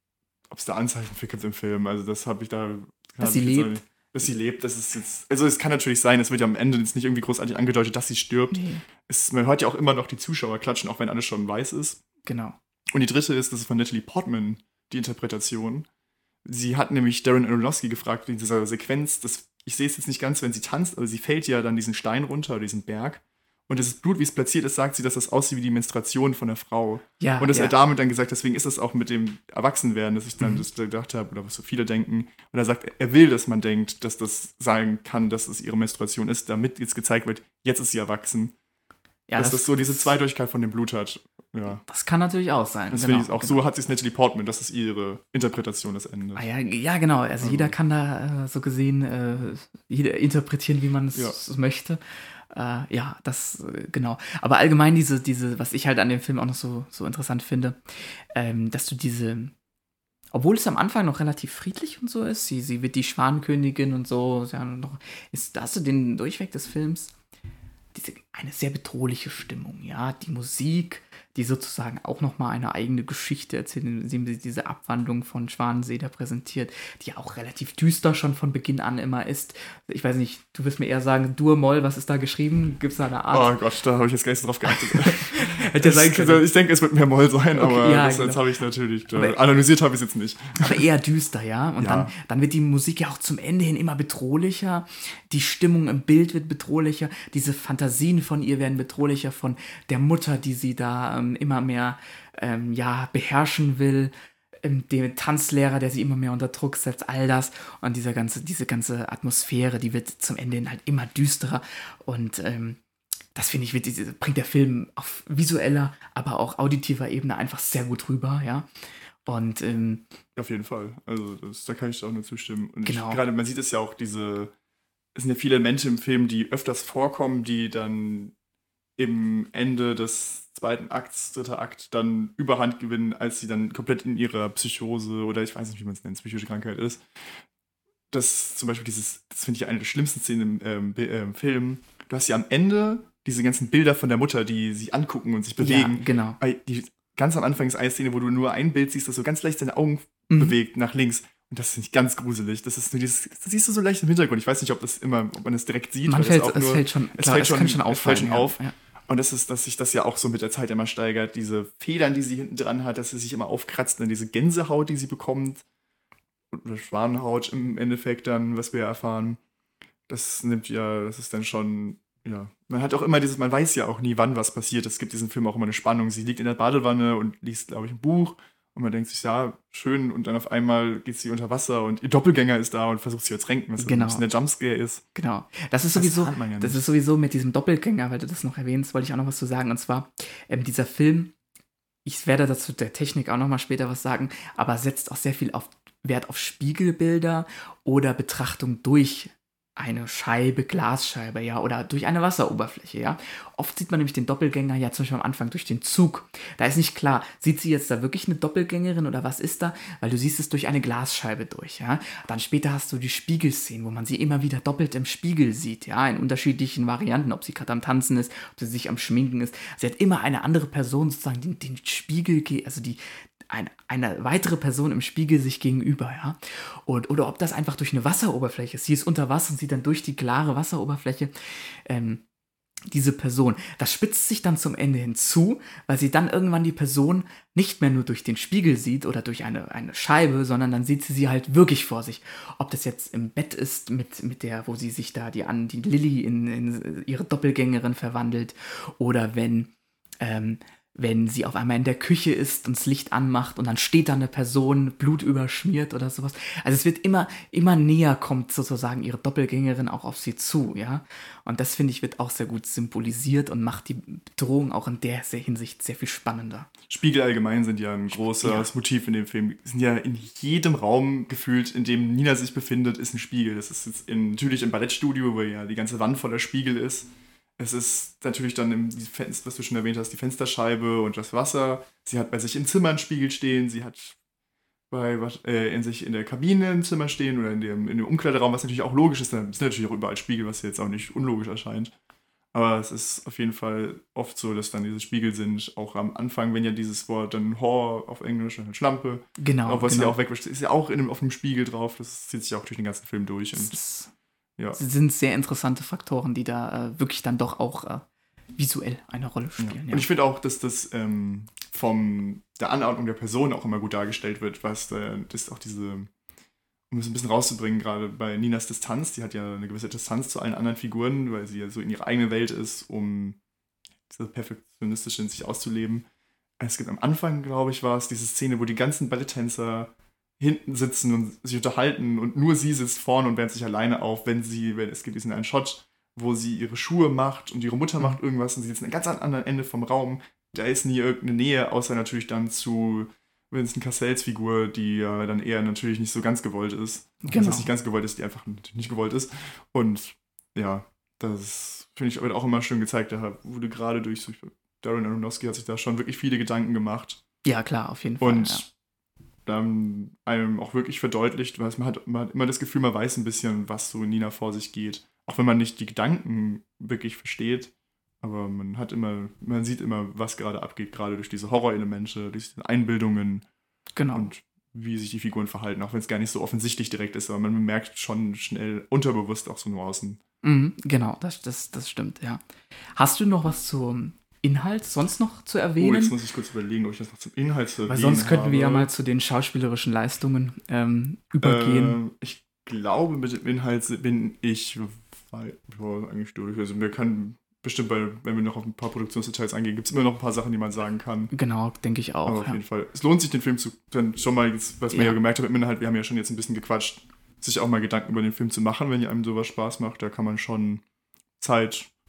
ob es da Anzeichen für gibt im Film. Also das habe ich da. Dass sie lebt. Dass sie lebt, das ist jetzt. Also es kann natürlich sein, es wird ja am Ende jetzt nicht irgendwie großartig angedeutet, dass sie stirbt. Nee. Man hört ja auch immer noch die Zuschauer klatschen, auch wenn alles schon weiß ist. Genau. Und die dritte ist, das ist von Natalie Portman, die Interpretation. Sie hat nämlich Darren Aronofsky gefragt, in dieser Sequenz, ich sehe es jetzt nicht ganz, wenn sie tanzt, aber sie fällt ja dann diesen Stein runter, diesen Berg. Und das Blut, wie es platziert ist, sagt sie, dass das aussieht wie die Menstruation von der Frau. Ja, und das hat er damit dann gesagt, deswegen ist das auch mit dem Erwachsenwerden, dass ich dann das gedacht habe, oder was so viele denken. Und er sagt, er will, dass man denkt, dass das sagen kann, dass es ihre Menstruation ist, damit jetzt gezeigt wird, jetzt ist sie erwachsen. Ja, dass das so diese Zweideutigkeit von dem Blut hat. Ja. Das kann natürlich auch sein. Das genau, auch so hat sie es Natalie Portman, das ist ihre Interpretation des Endes. Ja, genau. Also jeder kann da so gesehen jeder interpretieren, wie man es möchte. Genau. Aber allgemein diese, was ich halt an dem Film auch noch so interessant finde, dass du obwohl es am Anfang noch relativ friedlich und so ist, sie wird die Schwankönigin und so, da hast du den Durchweg des Films eine sehr bedrohliche Stimmung, ja, die Musik, die sozusagen auch nochmal eine eigene Geschichte erzählt, indem sie diese Abwandlung von Schwanensee da präsentiert, die ja auch relativ düster schon von Beginn an immer ist. Ich weiß nicht, du wirst mir eher sagen, Dur-Moll, was ist da geschrieben? Gibt es da eine Art? Oh Gott, da habe ich jetzt gar nicht so drauf geachtet. Ich denke, es wird mehr Moll sein, okay, aber das habe ich natürlich, analysiert habe ich es jetzt nicht. Aber eher düster, ja. Und dann wird die Musik ja auch zum Ende hin immer bedrohlicher, die Stimmung im Bild wird bedrohlicher, diese Fantasien von ihr werden bedrohlicher, von der Mutter, die sie da immer mehr beherrschen will, dem Tanzlehrer, der sie immer mehr unter Druck setzt, all das und diese ganze Atmosphäre, die wird zum Ende hin halt immer düsterer und das finde ich, bringt der Film auf visueller, aber auch auditiver Ebene einfach sehr gut rüber, ja. Und auf jeden Fall. Also da kann ich auch nur zustimmen. Und genau. Gerade man sieht es ja auch, es sind ja viele Elemente im Film, die öfters vorkommen, die dann im Ende des zweiten Akts, dritter Akt, dann Überhand gewinnen, als sie dann komplett in ihrer Psychose oder ich weiß nicht, wie man es nennt, psychische Krankheit ist. Das zum Beispiel das finde ich eine der schlimmsten Szenen im Film. Du hast ja am Ende diese ganzen Bilder von der Mutter, die sich angucken und sich bewegen. Ja, genau. Ganz am Anfang ist eine Szene, wo du nur ein Bild siehst, das so ganz leicht seine Augen bewegt nach links. Und das ist nicht ganz gruselig. Das siehst du so leicht im Hintergrund. Ich weiß nicht, ob man das direkt sieht. Es kann schon auffallen. Auf. Ja. Und das ist, dass sich das ja auch so mit der Zeit immer steigert. Diese Federn, die sie hinten dran hat, dass sie sich immer aufkratzt, dann diese Gänsehaut, die sie bekommt. Oder Schwanenhaut im Endeffekt dann, was wir erfahren. Das ist dann schon, ja. Man hat auch immer man weiß ja auch nie, wann was passiert. Es gibt diesen Film auch immer eine Spannung. Sie liegt in der Badewanne und liest, glaube ich, ein Buch. Und man denkt sich, ja, schön. Und dann auf einmal geht sie unter Wasser und ihr Doppelgänger ist da und versucht sie zu ertränken, was ein bisschen der Jumpscare ist. Genau. Das ist sowieso mit diesem Doppelgänger, weil du das noch erwähnst, wollte ich auch noch was zu sagen. Und zwar, dieser Film, ich werde dazu der Technik auch noch mal später was sagen, aber setzt auch sehr viel Wert auf Spiegelbilder oder Betrachtung durch eine Scheibe, Glasscheibe, ja, oder durch eine Wasseroberfläche, ja. Oft sieht man nämlich den Doppelgänger ja zum Beispiel am Anfang durch den Zug. Da ist nicht klar, sieht sie jetzt da wirklich eine Doppelgängerin oder was ist da? Weil du siehst es durch eine Glasscheibe durch, ja. Dann später hast du die Spiegelszenen, wo man sie immer wieder doppelt im Spiegel sieht, ja, in unterschiedlichen Varianten, ob sie gerade am Tanzen ist, ob sie sich am Schminken ist. Sie hat immer eine andere Person sozusagen den Spiegel, also eine weitere Person im Spiegel sich gegenüber, ja. Oder ob das einfach durch eine Wasseroberfläche ist. Sie ist unter Wasser und sieht dann durch die klare Wasseroberfläche diese Person. Das spitzt sich dann zum Ende hinzu, weil sie dann irgendwann die Person nicht mehr nur durch den Spiegel sieht oder durch eine Scheibe, sondern dann sieht sie halt wirklich vor sich. Ob das jetzt im Bett ist, mit der, wo sie sich da die Lilly in ihre Doppelgängerin verwandelt, oder wenn sie auf einmal in der Küche ist und das Licht anmacht und dann steht da eine Person, blutüberschmiert oder sowas. Also es wird immer näher, kommt sozusagen ihre Doppelgängerin auch auf sie zu, ja. Und das, finde ich, wird auch sehr gut symbolisiert und macht die Bedrohung auch in der Hinsicht sehr viel spannender. Spiegel allgemein sind ja ein großes Motiv in dem Film. Sind ja in jedem Raum gefühlt, in dem Nina sich befindet, ist ein Spiegel. Das ist jetzt natürlich im Ballettstudio, wo ja die ganze Wand voller Spiegel ist. Es ist natürlich dann, was du schon erwähnt hast, die Fensterscheibe und das Wasser. Sie hat bei sich im Zimmer einen Spiegel stehen. Sie hat in der Kabine ein Zimmer stehen oder in dem Umkleideraum, was natürlich auch logisch ist. Da sind natürlich auch überall Spiegel, was jetzt auch nicht unlogisch erscheint. Aber es ist auf jeden Fall oft so, dass dann diese Spiegel sind. Auch am Anfang, wenn ja dieses Wort dann Whore auf Englisch, dann Schlampe. Genau. Auch was sie auch wegwischt, ist ja auch auf dem Spiegel drauf. Das zieht sich auch durch den ganzen Film durch. Ja. Sie sind sehr interessante Faktoren, die da wirklich dann doch auch visuell eine Rolle spielen. Ja. Und ich finde auch, dass das von der Anordnung der Person auch immer gut dargestellt wird, das auch um es ein bisschen rauszubringen, gerade bei Ninas Distanz, die hat ja eine gewisse Distanz zu allen anderen Figuren, weil sie ja so in ihrer eigenen Welt ist, um diese perfektionistische in sich auszuleben. Es gibt am Anfang, glaube ich, war es diese Szene, wo die ganzen Balletttänzer hinten sitzen und sich unterhalten und nur sie sitzt vorne und wärmt sich alleine auf, es gibt diesen einen Shot, wo sie ihre Schuhe macht und ihre Mutter macht irgendwas und sie sitzen ganz am anderen Ende vom Raum. Da ist nie irgendeine Nähe, außer natürlich dann zu Vincent Cassells Figur, die ja dann eher natürlich nicht so ganz gewollt ist. Genau. Das nicht ganz gewollt ist, die einfach natürlich nicht gewollt ist. Und ja, das finde ich wird auch immer schön gezeigt. Da wurde gerade durch Darren Aronofsky hat sich da schon wirklich viele Gedanken gemacht. Ja, klar, auf jeden Fall. Und dann einem auch wirklich verdeutlicht, weil man hat immer das Gefühl, man weiß ein bisschen, was so Nina vor sich geht. Auch wenn man nicht die Gedanken wirklich versteht. Aber man sieht immer, was gerade abgeht, gerade durch diese Horrorelemente, durch diese Einbildungen. Genau. Und wie sich die Figuren verhalten, auch wenn es gar nicht so offensichtlich direkt ist, aber man bemerkt schon schnell unterbewusst auch so Nuancen. Genau, das stimmt, ja. Hast du noch was zum Inhalt sonst noch zu erwähnen? Jetzt muss ich kurz überlegen, ob ich das noch zum Inhalt zu erwähnen habe. Weil sonst könnten wir ja mal zu den schauspielerischen Leistungen übergehen. Ich glaube, mit dem Inhalt bin ich eigentlich durch. Also wir können bestimmt, wenn wir noch auf ein paar Produktionsdetails eingehen, gibt es immer noch ein paar Sachen, die man sagen kann. Genau, denke ich auch. Aber auf jeden Fall. Es lohnt sich, den Film schon mal, was man ja gemerkt hat im Inhalt, wir haben ja schon jetzt ein bisschen gequatscht, sich auch mal Gedanken über den Film zu machen, wenn einem sowas Spaß macht. Da kann man schon Zeit auch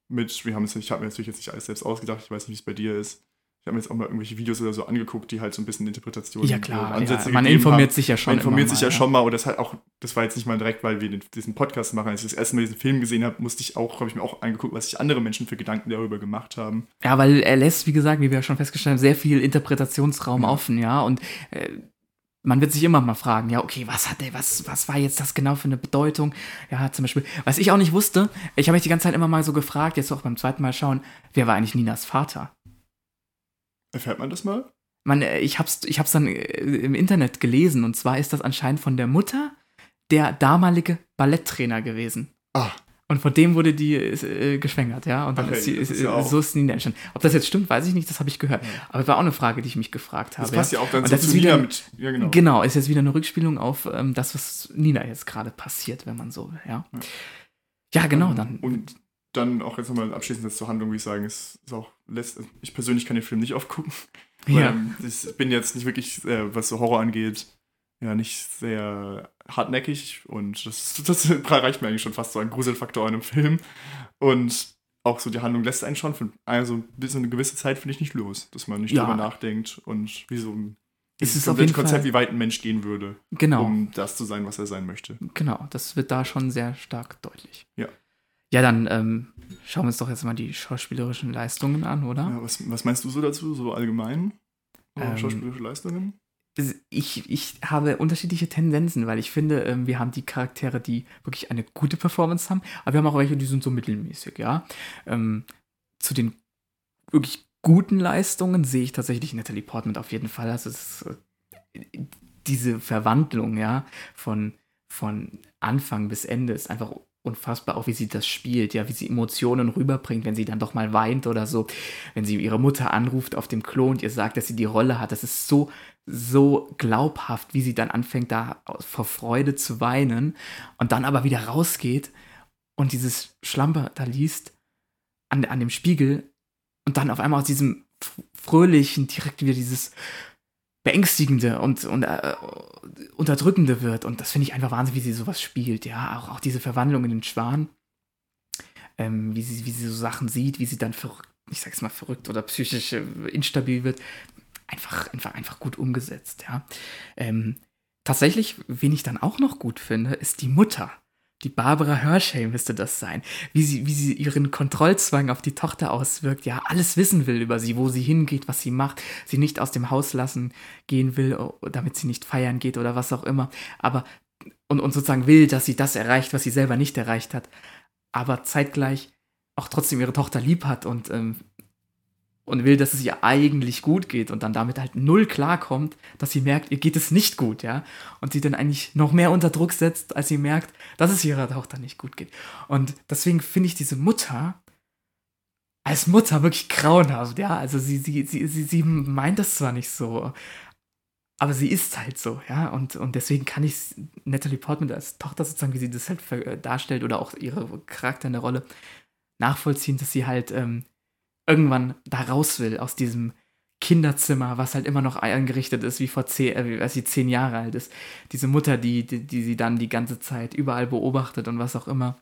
ich habe mir natürlich jetzt nicht alles selbst ausgedacht, ich weiß nicht, wie es bei dir ist. Ich habe mir jetzt auch mal irgendwelche Videos oder so angeguckt, die halt so ein bisschen Interpretationen ja, klar, Ansätze man informiert sich ja schon. Man informiert sich ja schon mal. Und das halt auch, das war jetzt nicht mal direkt, weil wir diesen Podcast machen. Als ich das erste Mal diesen Film gesehen habe, habe ich mir auch angeguckt, was sich andere Menschen für Gedanken darüber gemacht haben. Ja, weil er lässt, wie gesagt, wie wir ja schon festgestellt haben, sehr viel Interpretationsraum offen, ja. Und man wird sich immer mal fragen, ja, okay, was war jetzt das genau für eine Bedeutung? Ja, zum Beispiel, was ich auch nicht wusste, ich habe mich die ganze Zeit immer mal so gefragt, jetzt auch beim zweiten Mal schauen, wer war eigentlich Ninas Vater? Erfährt man das mal? Ich hab's dann im Internet gelesen, und zwar ist das anscheinend von der Mutter der damalige Balletttrainer gewesen. Ah. Und von dem wurde die geschwängert, ja. Und dann okay, so ist Nina entstanden. Ob das jetzt stimmt, weiß ich nicht, das habe ich gehört. Ja. Aber das war auch eine Frage, die ich mich gefragt habe. Das passt ja auch dann so zu Nina mit. Ja, genau. Genau, ist jetzt wieder eine Rückspielung auf das, was Nina jetzt gerade passiert, wenn man so will, ja. Ja, genau, dann. Und dann auch jetzt nochmal abschließend zur Handlung, würde ich sagen, ist auch ich persönlich kann den Film nicht oft gucken. Ja. Ich bin jetzt nicht wirklich, was so Horror angeht, ja, nicht sehr hartnäckig, und das reicht mir eigentlich schon fast so ein Gruselfaktor in einem Film. Und auch so die Handlung lässt einen schon also bis eine gewisse Zeit, finde ich, nicht los, dass man nicht drüber nachdenkt und wie so ein Konzept, wie weit ein Mensch gehen würde, um das zu sein, was er sein möchte. Genau, das wird da schon sehr stark deutlich. Ja. Ja, dann schauen wir uns doch jetzt mal die schauspielerischen Leistungen an, oder? Ja, was meinst du so dazu, so allgemein? Schauspielerische Leistungen? Ich habe unterschiedliche Tendenzen, weil ich finde, wir haben die Charaktere, die wirklich eine gute Performance haben, aber wir haben auch welche, die sind so mittelmäßig, ja. Zu den wirklich guten Leistungen sehe ich tatsächlich Natalie Portman auf jeden Fall. Also es ist diese Verwandlung, ja, von Anfang bis Ende ist einfach unfassbar, auch wie sie das spielt, ja, wie sie Emotionen rüberbringt, wenn sie dann doch mal weint oder so, wenn sie ihre Mutter anruft auf dem Klo und ihr sagt, dass sie die Rolle hat, das ist so glaubhaft, wie sie dann anfängt, da vor Freude zu weinen und dann aber wieder rausgeht und dieses Schlamper da liest an dem Spiegel und dann auf einmal aus diesem Fröhlichen direkt wieder dieses Beängstigende und Unterdrückende wird. Und das finde ich einfach Wahnsinn, wie sie sowas spielt. Ja, auch diese Verwandlung in den Schwan. Wie sie so Sachen sieht, wie sie dann verrückt oder psychisch instabil wird. Einfach gut umgesetzt, ja. Tatsächlich, wen ich dann auch noch gut finde, ist die Mutter. Die Barbara Hershey müsste das sein. Wie sie ihren Kontrollzwang auf die Tochter auswirkt, ja, alles wissen will über sie, wo sie hingeht, was sie macht, sie nicht aus dem Haus lassen gehen will, damit sie nicht feiern geht oder was auch immer, aber und sozusagen will, dass sie das erreicht, was sie selber nicht erreicht hat, aber zeitgleich auch trotzdem ihre Tochter lieb hat und will, dass es ihr eigentlich gut geht und dann damit halt null klarkommt, dass sie merkt, ihr geht es nicht gut, ja, und sie dann eigentlich noch mehr unter Druck setzt, als sie merkt, dass es ihrer Tochter nicht gut geht. Und deswegen finde ich diese Mutter als Mutter wirklich grauenhaft, ja, also sie meint das zwar nicht so, aber sie ist halt so, ja, und deswegen kann ich Natalie Portman als Tochter sozusagen, wie sie das halt darstellt oder auch ihre Charakter in der Rolle nachvollziehen, dass sie halt irgendwann da raus will aus diesem Kinderzimmer, was halt immer noch eingerichtet ist, wie als sie 10 Jahre alt ist. Diese Mutter, die sie dann die ganze Zeit überall beobachtet und was auch immer.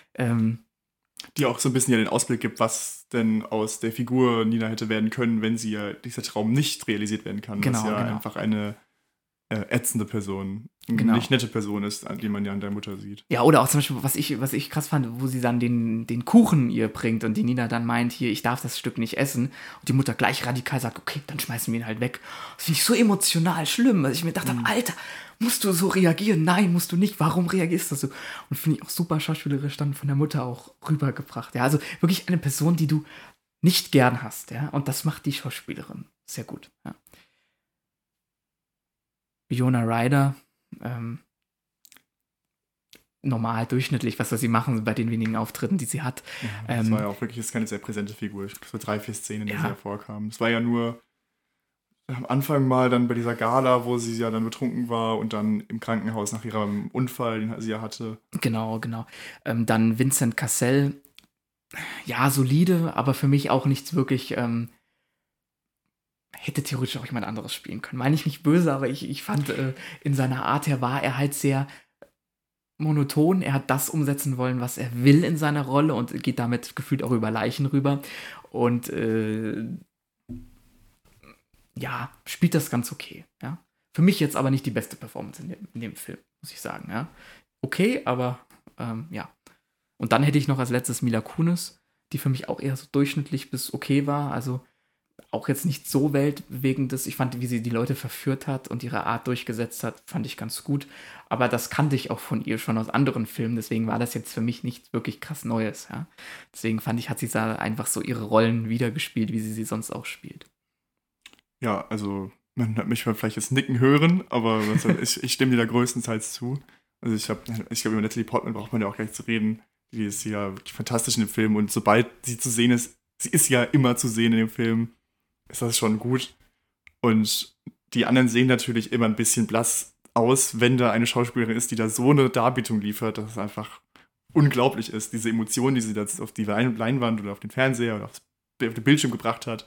Die auch so ein bisschen ja den Ausblick gibt, was denn aus der Figur Nina hätte werden können, wenn dieser Traum nicht realisiert werden kann. Genau, was ja einfach eine ätzende Person, nicht nette Person ist, die man ja an der Mutter sieht. Ja, oder auch zum Beispiel, was ich krass fand, wo sie dann den Kuchen ihr bringt und die Nina dann meint, hier, ich darf das Stück nicht essen. Und die Mutter gleich radikal sagt, okay, dann schmeißen wir ihn halt weg. Das finde ich so emotional schlimm, dass ich mir gedacht habe, Alter, musst du so reagieren? Nein, musst du nicht. Warum reagierst du so? Und finde ich auch super schauspielerisch dann von der Mutter auch rübergebracht. Ja, also wirklich eine Person, die du nicht gern hast, ja. Und das macht die Schauspielerin sehr gut, ja. Winona Ryder, normal, durchschnittlich, was sie machen bei den wenigen Auftritten, die sie hat. Ja, das war ja auch wirklich keine sehr präsente Figur. Ich glaube, so 3, 4 Szenen, in denen sie hervorkam. Es war ja nur am Anfang mal dann bei dieser Gala, wo sie ja dann betrunken war und dann im Krankenhaus nach ihrem Unfall, den sie ja hatte. Genau. Dann Vincent Cassel, ja, solide, aber für mich auch nichts wirklich hätte theoretisch auch jemand anderes spielen können. Meine ich nicht böse, aber ich fand, in seiner Art her war er halt sehr monoton. Er hat das umsetzen wollen, was er will in seiner Rolle und geht damit gefühlt auch über Leichen rüber. Und spielt das ganz okay. Ja? Für mich jetzt aber nicht die beste Performance in dem Film, muss ich sagen. Ja? Okay, aber ja. Und dann hätte ich noch als letztes Mila Kunis, die für mich auch eher so durchschnittlich bis okay war. Also auch jetzt nicht so weltbewegendes. Ich fand, wie sie die Leute verführt hat und ihre Art durchgesetzt hat, fand ich ganz gut. Aber das kannte ich auch von ihr schon aus anderen Filmen. Deswegen war das jetzt für mich nichts wirklich krass Neues. Ja? Deswegen fand ich, hat sie da einfach so ihre Rollen wiedergespielt, wie sie sonst auch spielt. Ja, also man hat mich vielleicht jetzt nicken hören, aber ich stimme dir da größtenteils zu. Also ich glaube, über Natalie Portman braucht man ja auch gleich zu reden. Die ist ja wirklich fantastisch in dem Film und sobald sie zu sehen ist, sie ist ja immer zu sehen in dem Film, ist das schon gut. Und die anderen sehen natürlich immer ein bisschen blass aus, wenn da eine Schauspielerin ist, die da so eine Darbietung liefert, dass es einfach unglaublich ist. Diese Emotionen, die sie da auf die Leinwand oder auf den Fernseher oder auf den Bildschirm gebracht hat,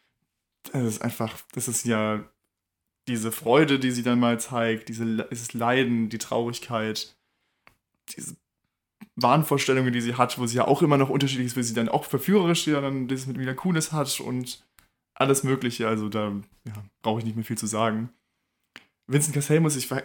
das ist ja diese Freude, die sie dann mal zeigt, dieses Leiden, die Traurigkeit, diese Wahnvorstellungen, die sie hat, wo sie ja auch immer noch unterschiedlich ist, wie sie dann auch verführerisch ja dann das mit Mila Kunis hat und alles Mögliche. Also da brauche ich nicht mehr viel zu sagen. Vincent Cassel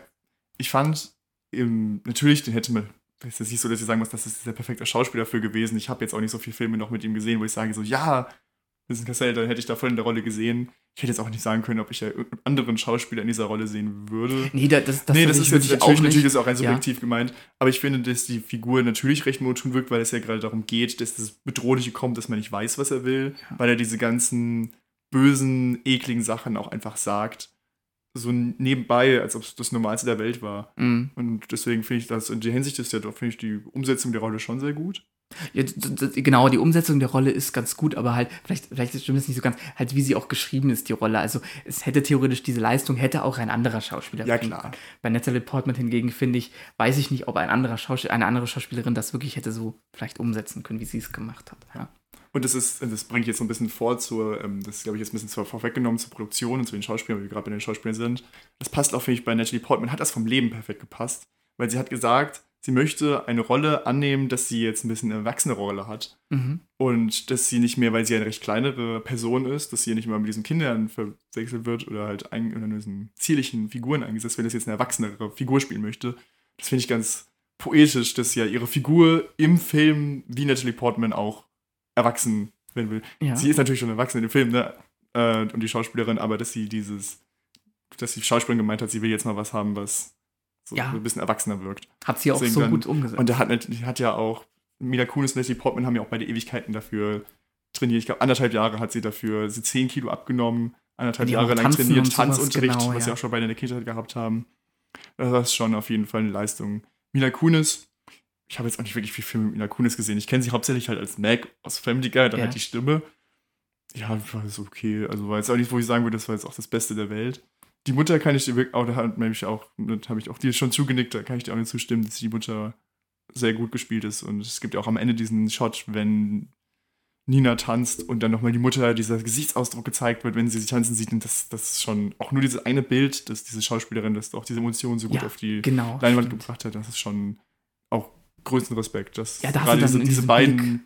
ich fand, natürlich, den hätte man, es ist nicht so, dass ich sagen muss, das ist der perfekte Schauspieler dafür gewesen. Ich habe jetzt auch nicht so viele Filme noch mit ihm gesehen, wo ich sage so, ja, Vincent Cassel, dann hätte ich da voll in der Rolle gesehen. Ich hätte jetzt auch nicht sagen können, ob ich ja irgendeinen anderen Schauspieler in dieser Rolle sehen würde. Nee, das ist jetzt natürlich ist auch rein subjektiv gemeint. Aber ich finde, dass die Figur natürlich recht monoton wirkt, weil es ja gerade darum geht, dass das Bedrohliche kommt, dass man nicht weiß, was er will. Ja. Weil er diese ganzen bösen, ekligen Sachen auch einfach sagt. So nebenbei, als ob es das Normalste der Welt war. Mhm. Und deswegen finde ich das, in der Hinsicht ist ja doch, finde ich die Umsetzung der Rolle schon sehr gut. Ja, genau, die Umsetzung der Rolle ist ganz gut, aber halt, vielleicht stimmt es nicht so ganz, halt wie sie auch geschrieben ist, die Rolle. Also es hätte theoretisch diese Leistung, hätte auch ein anderer Schauspieler. Ja, klar. Bei Natalie Portman hingegen, finde ich, weiß ich nicht, ob eine andere Schauspielerin das wirklich hätte so vielleicht umsetzen können, wie sie es gemacht hat. Ja. Und das bringe ich jetzt so ein bisschen vor das glaube ich jetzt ein bisschen vorweggenommen zur Produktion und zu den Schauspielern, weil wir gerade bei den Schauspielern sind. Das passt auch, finde ich, bei Natalie Portman, hat das vom Leben perfekt gepasst, weil sie hat gesagt, sie möchte eine Rolle annehmen, dass sie jetzt ein bisschen eine erwachsene Rolle hat. Mhm. Und dass sie nicht mehr, weil sie eine recht kleinere Person ist, dass sie nicht mehr mit diesen Kindern verwechselt wird oder halt unter diesen zierlichen Figuren eingesetzt wird, dass sie jetzt eine erwachsenere Figur spielen möchte. Das finde ich ganz poetisch, dass ja ihre Figur im Film wie Natalie Portman auch erwachsen werden will. Ja. Sie ist natürlich schon erwachsen in dem Film, ne? Und die Schauspielerin, aber dass die Schauspielerin gemeint hat, sie will jetzt mal was haben, was so ein bisschen erwachsener wirkt. Hat sie auch deswegen so gut umgesetzt. Und hat ja auch, Mila Kunis und Natalie Portman haben ja auch beide Ewigkeiten dafür trainiert. Ich glaube, 1,5 Jahre hat sie 10 Kilo abgenommen, 1,5 Jahre lang trainiert, Tanzunterricht, genau, was sie auch schon beide in der Kindheit gehabt haben. Das ist schon auf jeden Fall eine Leistung. Mila Kunis, ich habe jetzt auch nicht wirklich viel Filme mit Mila Kunis gesehen. Ich kenne sie hauptsächlich halt als Meg aus Family Guy, dann halt die Stimme. Ja, war das okay. Also war jetzt auch nicht, wo ich sagen würde, das war jetzt auch das Beste der Welt. Die Mutter kann ich dir wirklich auch, da habe ich auch dir schon zugenickt, da kann ich dir auch nicht zustimmen, dass die Mutter sehr gut gespielt ist. Und es gibt ja auch am Ende diesen Shot, wenn Nina tanzt und dann nochmal die Mutter, dieser Gesichtsausdruck gezeigt wird, wenn sie tanzen sieht. Und das ist schon auch nur dieses eine Bild, dass diese Schauspielerin das auch diese Emotionen so gut auf die Leinwand gebracht hat. Das ist schon auch größten Respekt. Dass gerade diese beiden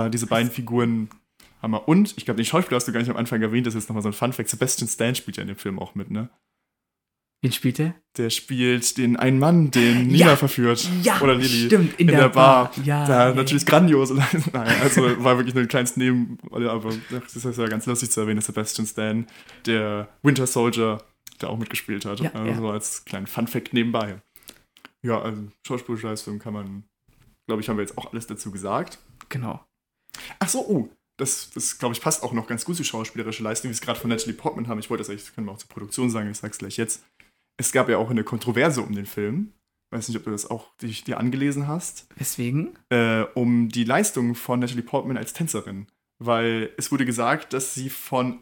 Figuren Hammer. Und ich glaube, den Schauspieler hast du gar nicht am Anfang erwähnt, das ist jetzt nochmal so ein Funfact. Sebastian Stan spielt ja in dem Film auch mit, ne? Wen spielt der? Der spielt den einen Mann, den Nina verführt. Ja, oder Lilly. Stimmt, in der Bar. Ja, natürlich grandios. Nein, also war wirklich nur ein kleines Nebenrolle, aber das ist ja ganz lustig zu erwähnen, dass Sebastian Stan, der Winter Soldier, der auch mitgespielt hat. Also als kleinen Funfact nebenbei. Ja, also Schauspielleistung kann man, glaube ich, haben wir jetzt auch alles dazu gesagt. Genau. Ach so, das glaube ich, passt auch noch ganz gut zur schauspielerische Leistung, wie wir es gerade von Natalie Portman haben. Ich wollte das eigentlich, können wir auch zur Produktion sagen, ich sag's gleich jetzt. Es gab ja auch eine Kontroverse um den Film. Ich weiß nicht, ob du das auch dir angelesen hast. Weswegen? Um die Leistung von Natalie Portman als Tänzerin. Weil es wurde gesagt, dass sie von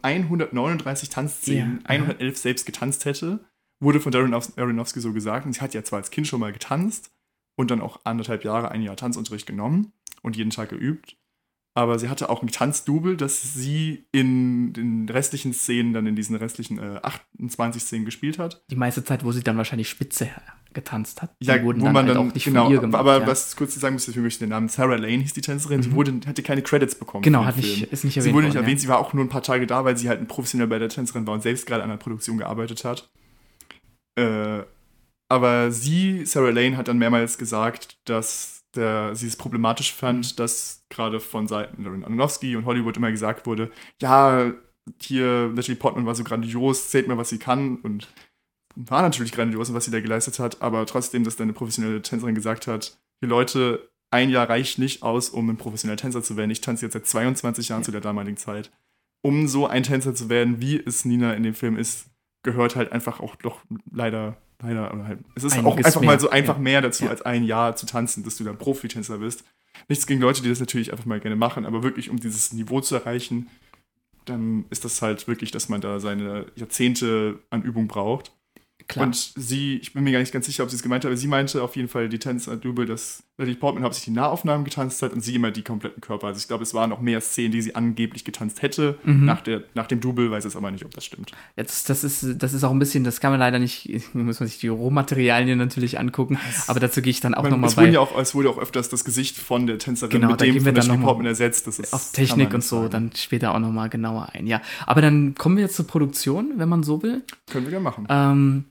139 Tanzszenen 111 selbst getanzt hätte. Wurde von Darren Aronofsky so gesagt. Und sie hat ja zwar als Kind schon mal getanzt und dann auch 1,5 Jahre, 1 Jahr Tanzunterricht genommen und jeden Tag geübt. Aber sie hatte auch ein Tanzdouble, das sie in den restlichen Szenen, dann in diesen restlichen 28 Szenen gespielt hat. Die meiste Zeit, wo sie dann wahrscheinlich Spitze getanzt hat. Die wurden dann halt auch nicht von ihr gemacht. Aber was kurz sagen muss, ich möchte den Namen Sarah Lane hieß die Tänzerin, die hatte keine Credits bekommen. Genau, ist nicht erwähnt. Sie wurde nicht erwähnt, sie war auch nur ein paar Tage da, weil sie halt ein professioneller Balletttänzerin war und selbst gerade an der Produktion gearbeitet hat. Aber Sarah Lane, hat dann mehrmals gesagt, dass sie es problematisch fand, dass gerade von Seiten Darren Aronofsky und Hollywood immer gesagt wurde, ja, hier, Natalie Portman war so grandios, zählt mal, was sie kann, und war natürlich grandios, was sie da geleistet hat, aber trotzdem, dass deine professionelle Tänzerin gesagt hat, die Leute, ein Jahr reicht nicht aus, um ein professioneller Tänzer zu werden. Ich tanze jetzt seit 22 Jahren zu der damaligen Zeit. Um so ein Tänzer zu werden, wie es Nina in dem Film ist, gehört halt einfach auch doch leider, aber halt, es ist auch einfach mal so einfach mehr dazu, als ein Jahr zu tanzen, dass du dann Profitänzer bist. Nichts gegen Leute, die das natürlich einfach mal gerne machen, aber wirklich, um dieses Niveau zu erreichen, dann ist das halt wirklich, dass man da seine Jahrzehnte an Übung braucht. Klar. Und ich bin mir gar nicht ganz sicher, ob sie es gemeint hat, aber sie meinte auf jeden Fall, die Tänzer-Double, dass Natalie Portman hauptsächlich die Nahaufnahmen getanzt hat und sie immer die kompletten Körper. Also ich glaube, es waren noch mehr Szenen, die sie angeblich getanzt hätte nach dem Double, weiß es aber nicht, ob das stimmt. Jetzt, das ist auch ein bisschen, das kann man leider nicht, muss man sich die Rohmaterialien natürlich angucken, aber dazu gehe ich dann auch nochmal bei. Es wurde auch öfters das Gesicht von der Tänzerin mit dem von Natalie Portman ersetzt. Das ist auf Technik und so, dann später auch nochmal genauer ein. Ja, aber dann kommen wir jetzt zur Produktion, wenn man so will. Können wir gerne machen.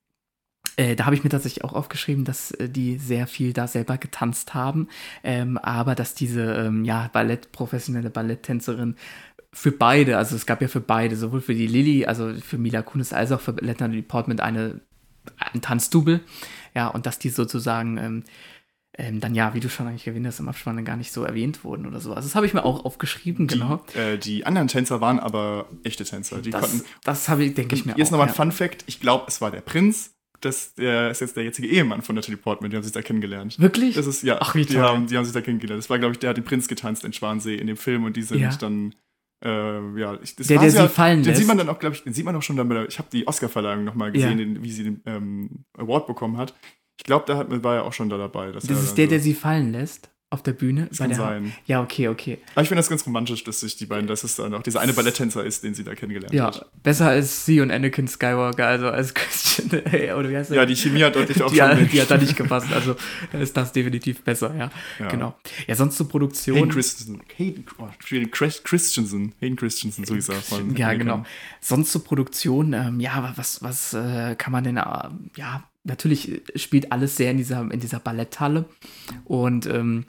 Da habe ich mir tatsächlich auch aufgeschrieben, dass die sehr viel da selber getanzt haben, aber dass diese professionelle Balletttänzerin für beide, also es gab ja für beide, sowohl für die Lily, also für Mila Kunis, als auch für Natalie Portman ein Tanzdouble, ja, und dass die sozusagen dann, ja, wie du schon eigentlich erwähnt hast, im Abspann dann gar nicht so erwähnt wurden oder so. Also das habe ich mir auch aufgeschrieben, genau. Die anderen Tänzer waren aber echte Tänzer. Das denke ich mir auch. Hier ist nochmal ein Fun-Fact, ich glaube, es war der Prinz. Der ist jetzt der jetzige Ehemann von Natalie Portman, die haben sich da kennengelernt. Wirklich? Das ist, ja, ach, wie toll. Die haben sich da kennengelernt. Das war, glaube ich, der hat den Prinz getanzt in Schwansee in dem Film und die sind dann, der sie fallen lässt. Den sieht man dann auch, glaube ich, schon dann ich habe die Oscar-Verleihung nochmal gesehen, wie sie den Award bekommen hat. Ich glaube, war er auch schon da dabei. Das ist der sie fallen lässt? Auf der Bühne? Das kann sein. Ja, okay. Aber ich finde das ganz romantisch, dass sich die beiden, dass es dann auch dieser eine Balletttänzer ist, den sie da kennengelernt hat. Ja, besser als sie und Anakin Skywalker, also als Christian, oder wie heißt der? Ja, die Chemie hat deutlich auch schon die hat da nicht gepasst, also ist das definitiv besser, ja. Genau. Ja, sonst zur Produktion. Hayden Christensen, so hieß er. Ja, genau. Sonst zur Produktion, was kann man denn, natürlich spielt alles sehr in dieser Balletthalle und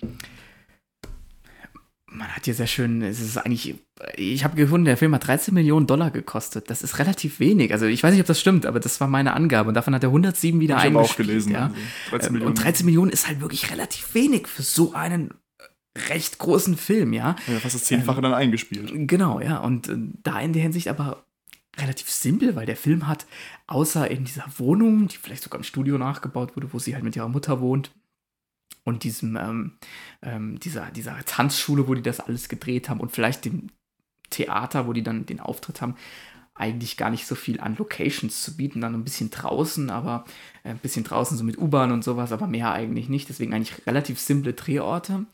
man hat hier sehr schön, ich habe gefunden, der Film hat $13 Millionen gekostet. Das ist relativ wenig. Also ich weiß nicht, ob das stimmt, aber das war meine Angabe. Und davon hat er 107 wieder eingespielt. Ich habe auch gelesen. Ja. Also 13 und 13 Millionen ist halt wirklich relativ wenig für so einen recht großen Film, ja. Ja, fast das 10-fache dann eingespielt. Genau, ja. Und da in der Hinsicht aber relativ simpel, weil der Film hat, außer in dieser Wohnung, die vielleicht sogar im Studio nachgebaut wurde, wo sie halt mit ihrer Mutter wohnt, und dieser Tanzschule, wo die das alles gedreht haben, und vielleicht dem Theater, wo die dann den Auftritt haben, eigentlich gar nicht so viel an Locations zu bieten, dann ein bisschen draußen, aber ein bisschen draußen so mit U-Bahn und sowas, aber mehr eigentlich nicht, deswegen eigentlich relativ simple Drehorte.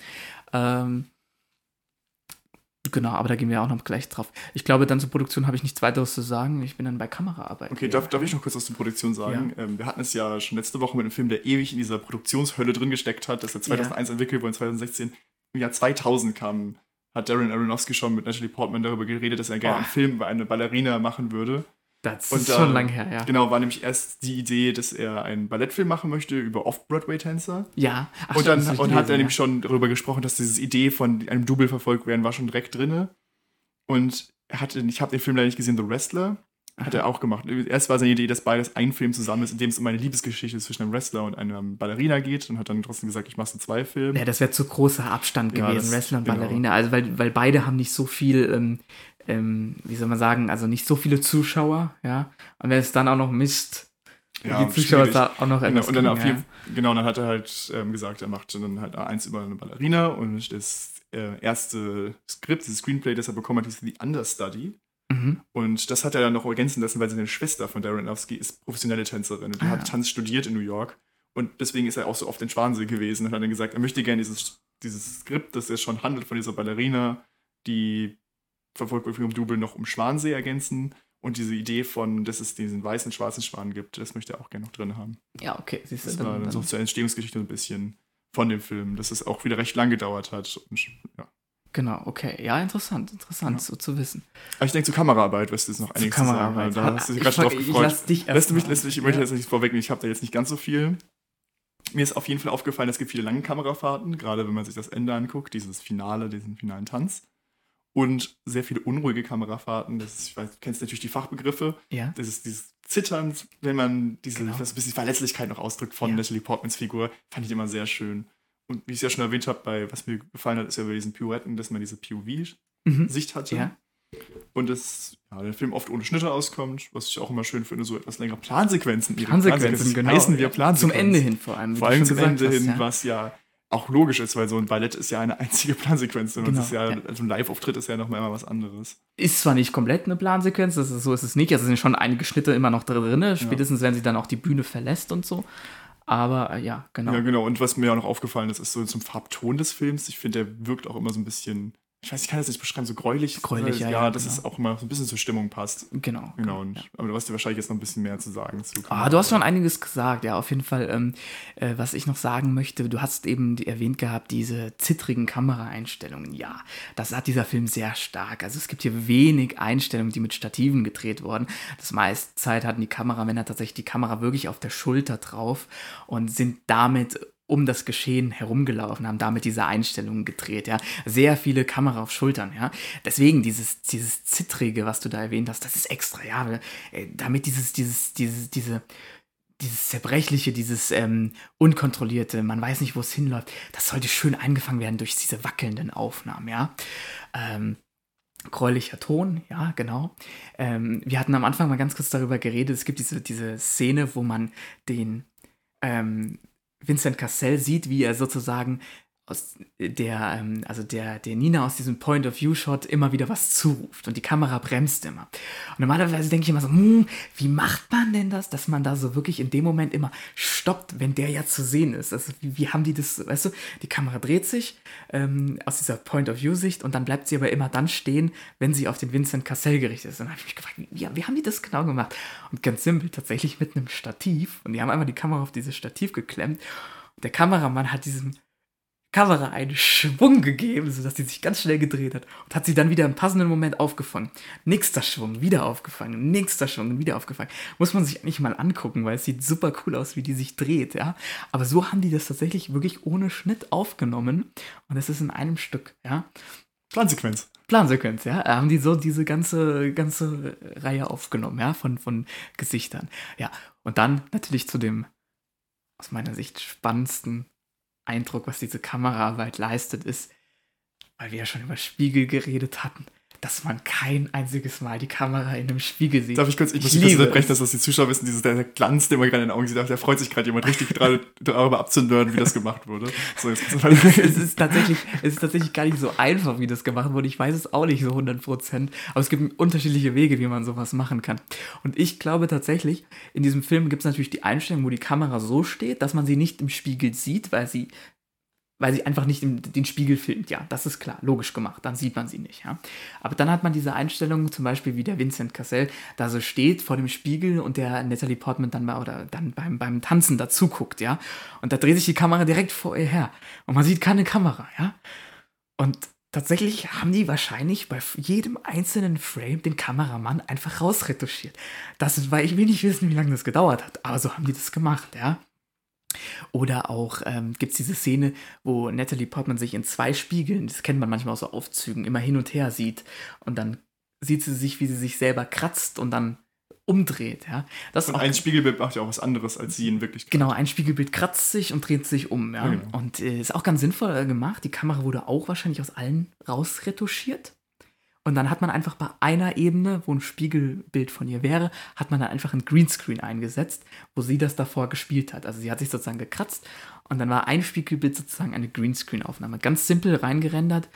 Genau, aber da gehen wir auch noch gleich drauf. Ich glaube, dann zur Produktion habe ich nichts weiteres zu sagen. Ich bin dann bei Kameraarbeit. Okay, darf ich noch kurz was zur Produktion sagen? Ja. Wir hatten es ja schon letzte Woche mit einem Film, der ewig in dieser Produktionshölle drin gesteckt hat. Das ist ja 2001 entwickelt wurde, 2016. Im Jahr 2000 hat Darren Aronofsky schon mit Natalie Portman darüber geredet, dass er gerne einen Film über eine Ballerina machen würde. Das ist schon lang her, ja. Genau, war nämlich erst die Idee, dass er einen Ballettfilm machen möchte über Off-Broadway-Tänzer. Ja. Und hat er nämlich schon darüber gesprochen, dass diese Idee von einem Double verfolgt werden, war schon direkt drin. Und ich habe den Film leider nicht gesehen, The Wrestler, hat er auch gemacht. Erst war seine Idee, dass beides ein Film zusammen ist, in dem es um eine Liebesgeschichte zwischen einem Wrestler und einer Ballerina geht, und hat dann trotzdem gesagt, ich mache so 2 Filme. Ja, das wäre zu großer Abstand gewesen, Wrestler und Ballerina. Also weil beide haben nicht so viel, wie soll man sagen, also nicht so viele Zuschauer, ja. Und wenn es dann auch noch misst, die Zuschauer da auch noch etwas und dann dann hat er halt gesagt, er macht dann halt eins über eine Ballerina, und das erste Skript, das Screenplay, das er bekommen hat, hieß The Understudy. Mhm. Und das hat er dann noch ergänzen lassen, weil seine Schwester von Darren Aronofsky ist professionelle Tänzerin und die hat Tanz studiert in New York. Und deswegen ist er auch so oft in Schwansee gewesen und hat dann gesagt, er möchte gerne dieses Skript, das er schon handelt von dieser Ballerina, die verfolgt wird vom Double, noch um Schwansee ergänzen. Und diese Idee von, dass es diesen weißen, schwarzen Schwan gibt, das möchte er auch gerne noch drin haben. Ja, okay. Siehst du, das war dann so zur Entstehungsgeschichte ein bisschen von dem Film, dass es auch wieder recht lang gedauert hat. Und, ja. Genau, okay. Ja, interessant, so zu wissen. Aber ich denke, zur Kameraarbeit wirst du jetzt noch einiges zu sagen. Da hast du dich gerade drauf gefreut. Ich möchte jetzt nicht vorwegnehmen, ich habe da jetzt nicht ganz so viel. Mir ist auf jeden Fall aufgefallen, es gibt viele lange Kamerafahrten, gerade wenn man sich das Ende anguckt, diesen finalen Tanz. Und sehr viele unruhige Kamerafahrten. Du kennst natürlich die Fachbegriffe. Ja. Das ist dieses Zittern, wenn man das ein bisschen Verletzlichkeit noch ausdrückt von Natalie Portmans Figur, fand ich immer sehr schön. Und wie ich es ja schon erwähnt habe, was mir gefallen hat, ist ja bei diesen Pirouetten, dass man diese POV-Sicht hatte. Ja. Und dass der Film oft ohne Schnitte auskommt, was ich auch immer schön finde, so etwas längere Plansequenzen. Plansequenzen, genau. Heißen wir Plansequenzen. Zum Ende hin vor allem. Vor allem zum Ende hin, was ja auch logisch ist, weil so ein Ballett ist ja eine einzige Plansequenz. Und genau, das ist also ein Live-Auftritt ist ja nochmal immer was anderes. Ist zwar nicht komplett eine Plansequenz, so ist es nicht. Also sind schon einige Schnitte immer noch drin, spätestens wenn sie dann auch die Bühne verlässt und so. Aber ja, genau. Ja, genau. Und was mir auch noch aufgefallen ist so zum Farbton des Films. Ich finde, der wirkt auch immer so ein bisschen, ich weiß, ich kann das nicht beschreiben, so gräulich. Gräulich, ja, dass es auch immer so ein bisschen zur Stimmung passt. Genau. Aber du hast dir wahrscheinlich jetzt noch ein bisschen mehr zu sagen. Du hast schon einiges gesagt, ja, auf jeden Fall. Was ich noch sagen möchte, du hast eben erwähnt gehabt, diese zittrigen Kameraeinstellungen. Ja, das hat dieser Film sehr stark. Also es gibt hier wenig Einstellungen, die mit Stativen gedreht wurden. Das meiste Zeit hatten die Kameramänner tatsächlich die Kamera wirklich auf der Schulter drauf und sind damit um das Geschehen herumgelaufen, haben damit diese Einstellungen gedreht, ja. Sehr viele Kamera auf Schultern, ja. Deswegen dieses Zittrige, was du da erwähnt hast, das ist extra, ja. Damit dieses Zerbrechliche, dieses Unkontrollierte, man weiß nicht, wo es hinläuft, das sollte schön eingefangen werden durch diese wackelnden Aufnahmen, ja. Gräulicher Ton, ja, genau. Wir hatten am Anfang mal ganz kurz darüber geredet, es gibt diese Szene, wo man den Vincent Cassel sieht, wie er sozusagen der Nina aus diesem Point-of-View-Shot immer wieder was zuruft und die Kamera bremst immer. Und normalerweise denke ich immer so, wie macht man denn das, dass man da so wirklich in dem Moment immer stoppt, wenn der ja zu sehen ist? Also wie haben die das, weißt du, die Kamera dreht sich aus dieser Point-of-View-Sicht und dann bleibt sie aber immer dann stehen, wenn sie auf den Vincent Cassel gerichtet ist. Und dann habe ich mich gefragt, wie haben die das genau gemacht? Und ganz simpel, tatsächlich mit einem Stativ. Und die haben einfach die Kamera auf dieses Stativ geklemmt. Und der Kameramann hat diesem Kamera einen Schwung gegeben, sodass sie sich ganz schnell gedreht hat und hat sie dann wieder im passenden Moment aufgefangen. Nächster Schwung, wieder aufgefangen, nächster Schwung, wieder aufgefangen. Muss man sich eigentlich mal angucken, weil es sieht super cool aus, wie die sich dreht, ja. Aber so haben die das tatsächlich wirklich ohne Schnitt aufgenommen und das ist in einem Stück, ja. Plansequenz, ja. Haben die so diese ganze Reihe aufgenommen, ja, von Gesichtern. Ja, und dann natürlich zu dem, aus meiner Sicht, spannendsten Eindruck, was diese Kameraarbeit leistet, ist, weil wir ja schon über Spiegel geredet hatten, dass man kein einziges Mal die Kamera in einem Spiegel sieht. Darf ich kurz unterbrechen, dass die Zuschauer wissen, der Glanz, den man gerade in den Augen sieht, da freut sich gerade jemand richtig darüber abzunörden, wie das gemacht wurde. So, es ist tatsächlich gar nicht so einfach, wie das gemacht wurde. Ich weiß es auch nicht so 100%, aber es gibt unterschiedliche Wege, wie man sowas machen kann. Und ich glaube tatsächlich, in diesem Film gibt es natürlich die Einstellung, wo die Kamera so steht, dass man sie nicht im Spiegel sieht, weil sie einfach nicht den Spiegel filmt. Ja, das ist klar, logisch gemacht, dann sieht man sie nicht. Ja. Aber dann hat man diese Einstellung, zum Beispiel wie der Vincent Cassel da so steht vor dem Spiegel und der Natalie Portman dann beim Tanzen dazu guckt, ja. Und da dreht sich die Kamera direkt vor ihr her und man sieht keine Kamera, ja. Und tatsächlich haben die wahrscheinlich bei jedem einzelnen Frame den Kameramann einfach rausretuschiert. Ich will nicht wissen, wie lange das gedauert hat, aber so haben die das gemacht, ja. Oder auch gibt es diese Szene, wo Natalie Portman sich in 2 Spiegeln, das kennt man manchmal aus so Aufzügen, immer hin und her sieht. Und dann sieht sie sich, wie sie sich selber kratzt und dann umdreht. Ja? Und ein Spiegelbild macht ja auch was anderes, als sie in Wirklichkeit. Genau, ein Spiegelbild kratzt sich und dreht sich um. Ja? Genau. Und ist auch ganz sinnvoll gemacht. Die Kamera wurde auch wahrscheinlich aus allen rausretuschiert. Und dann hat man einfach bei einer Ebene, wo ein Spiegelbild von ihr wäre, hat man dann einfach ein Greenscreen eingesetzt, wo sie das davor gespielt hat. Also sie hat sich sozusagen gekratzt und dann war ein Spiegelbild sozusagen eine Greenscreen-Aufnahme. Ganz simpel reingerendert.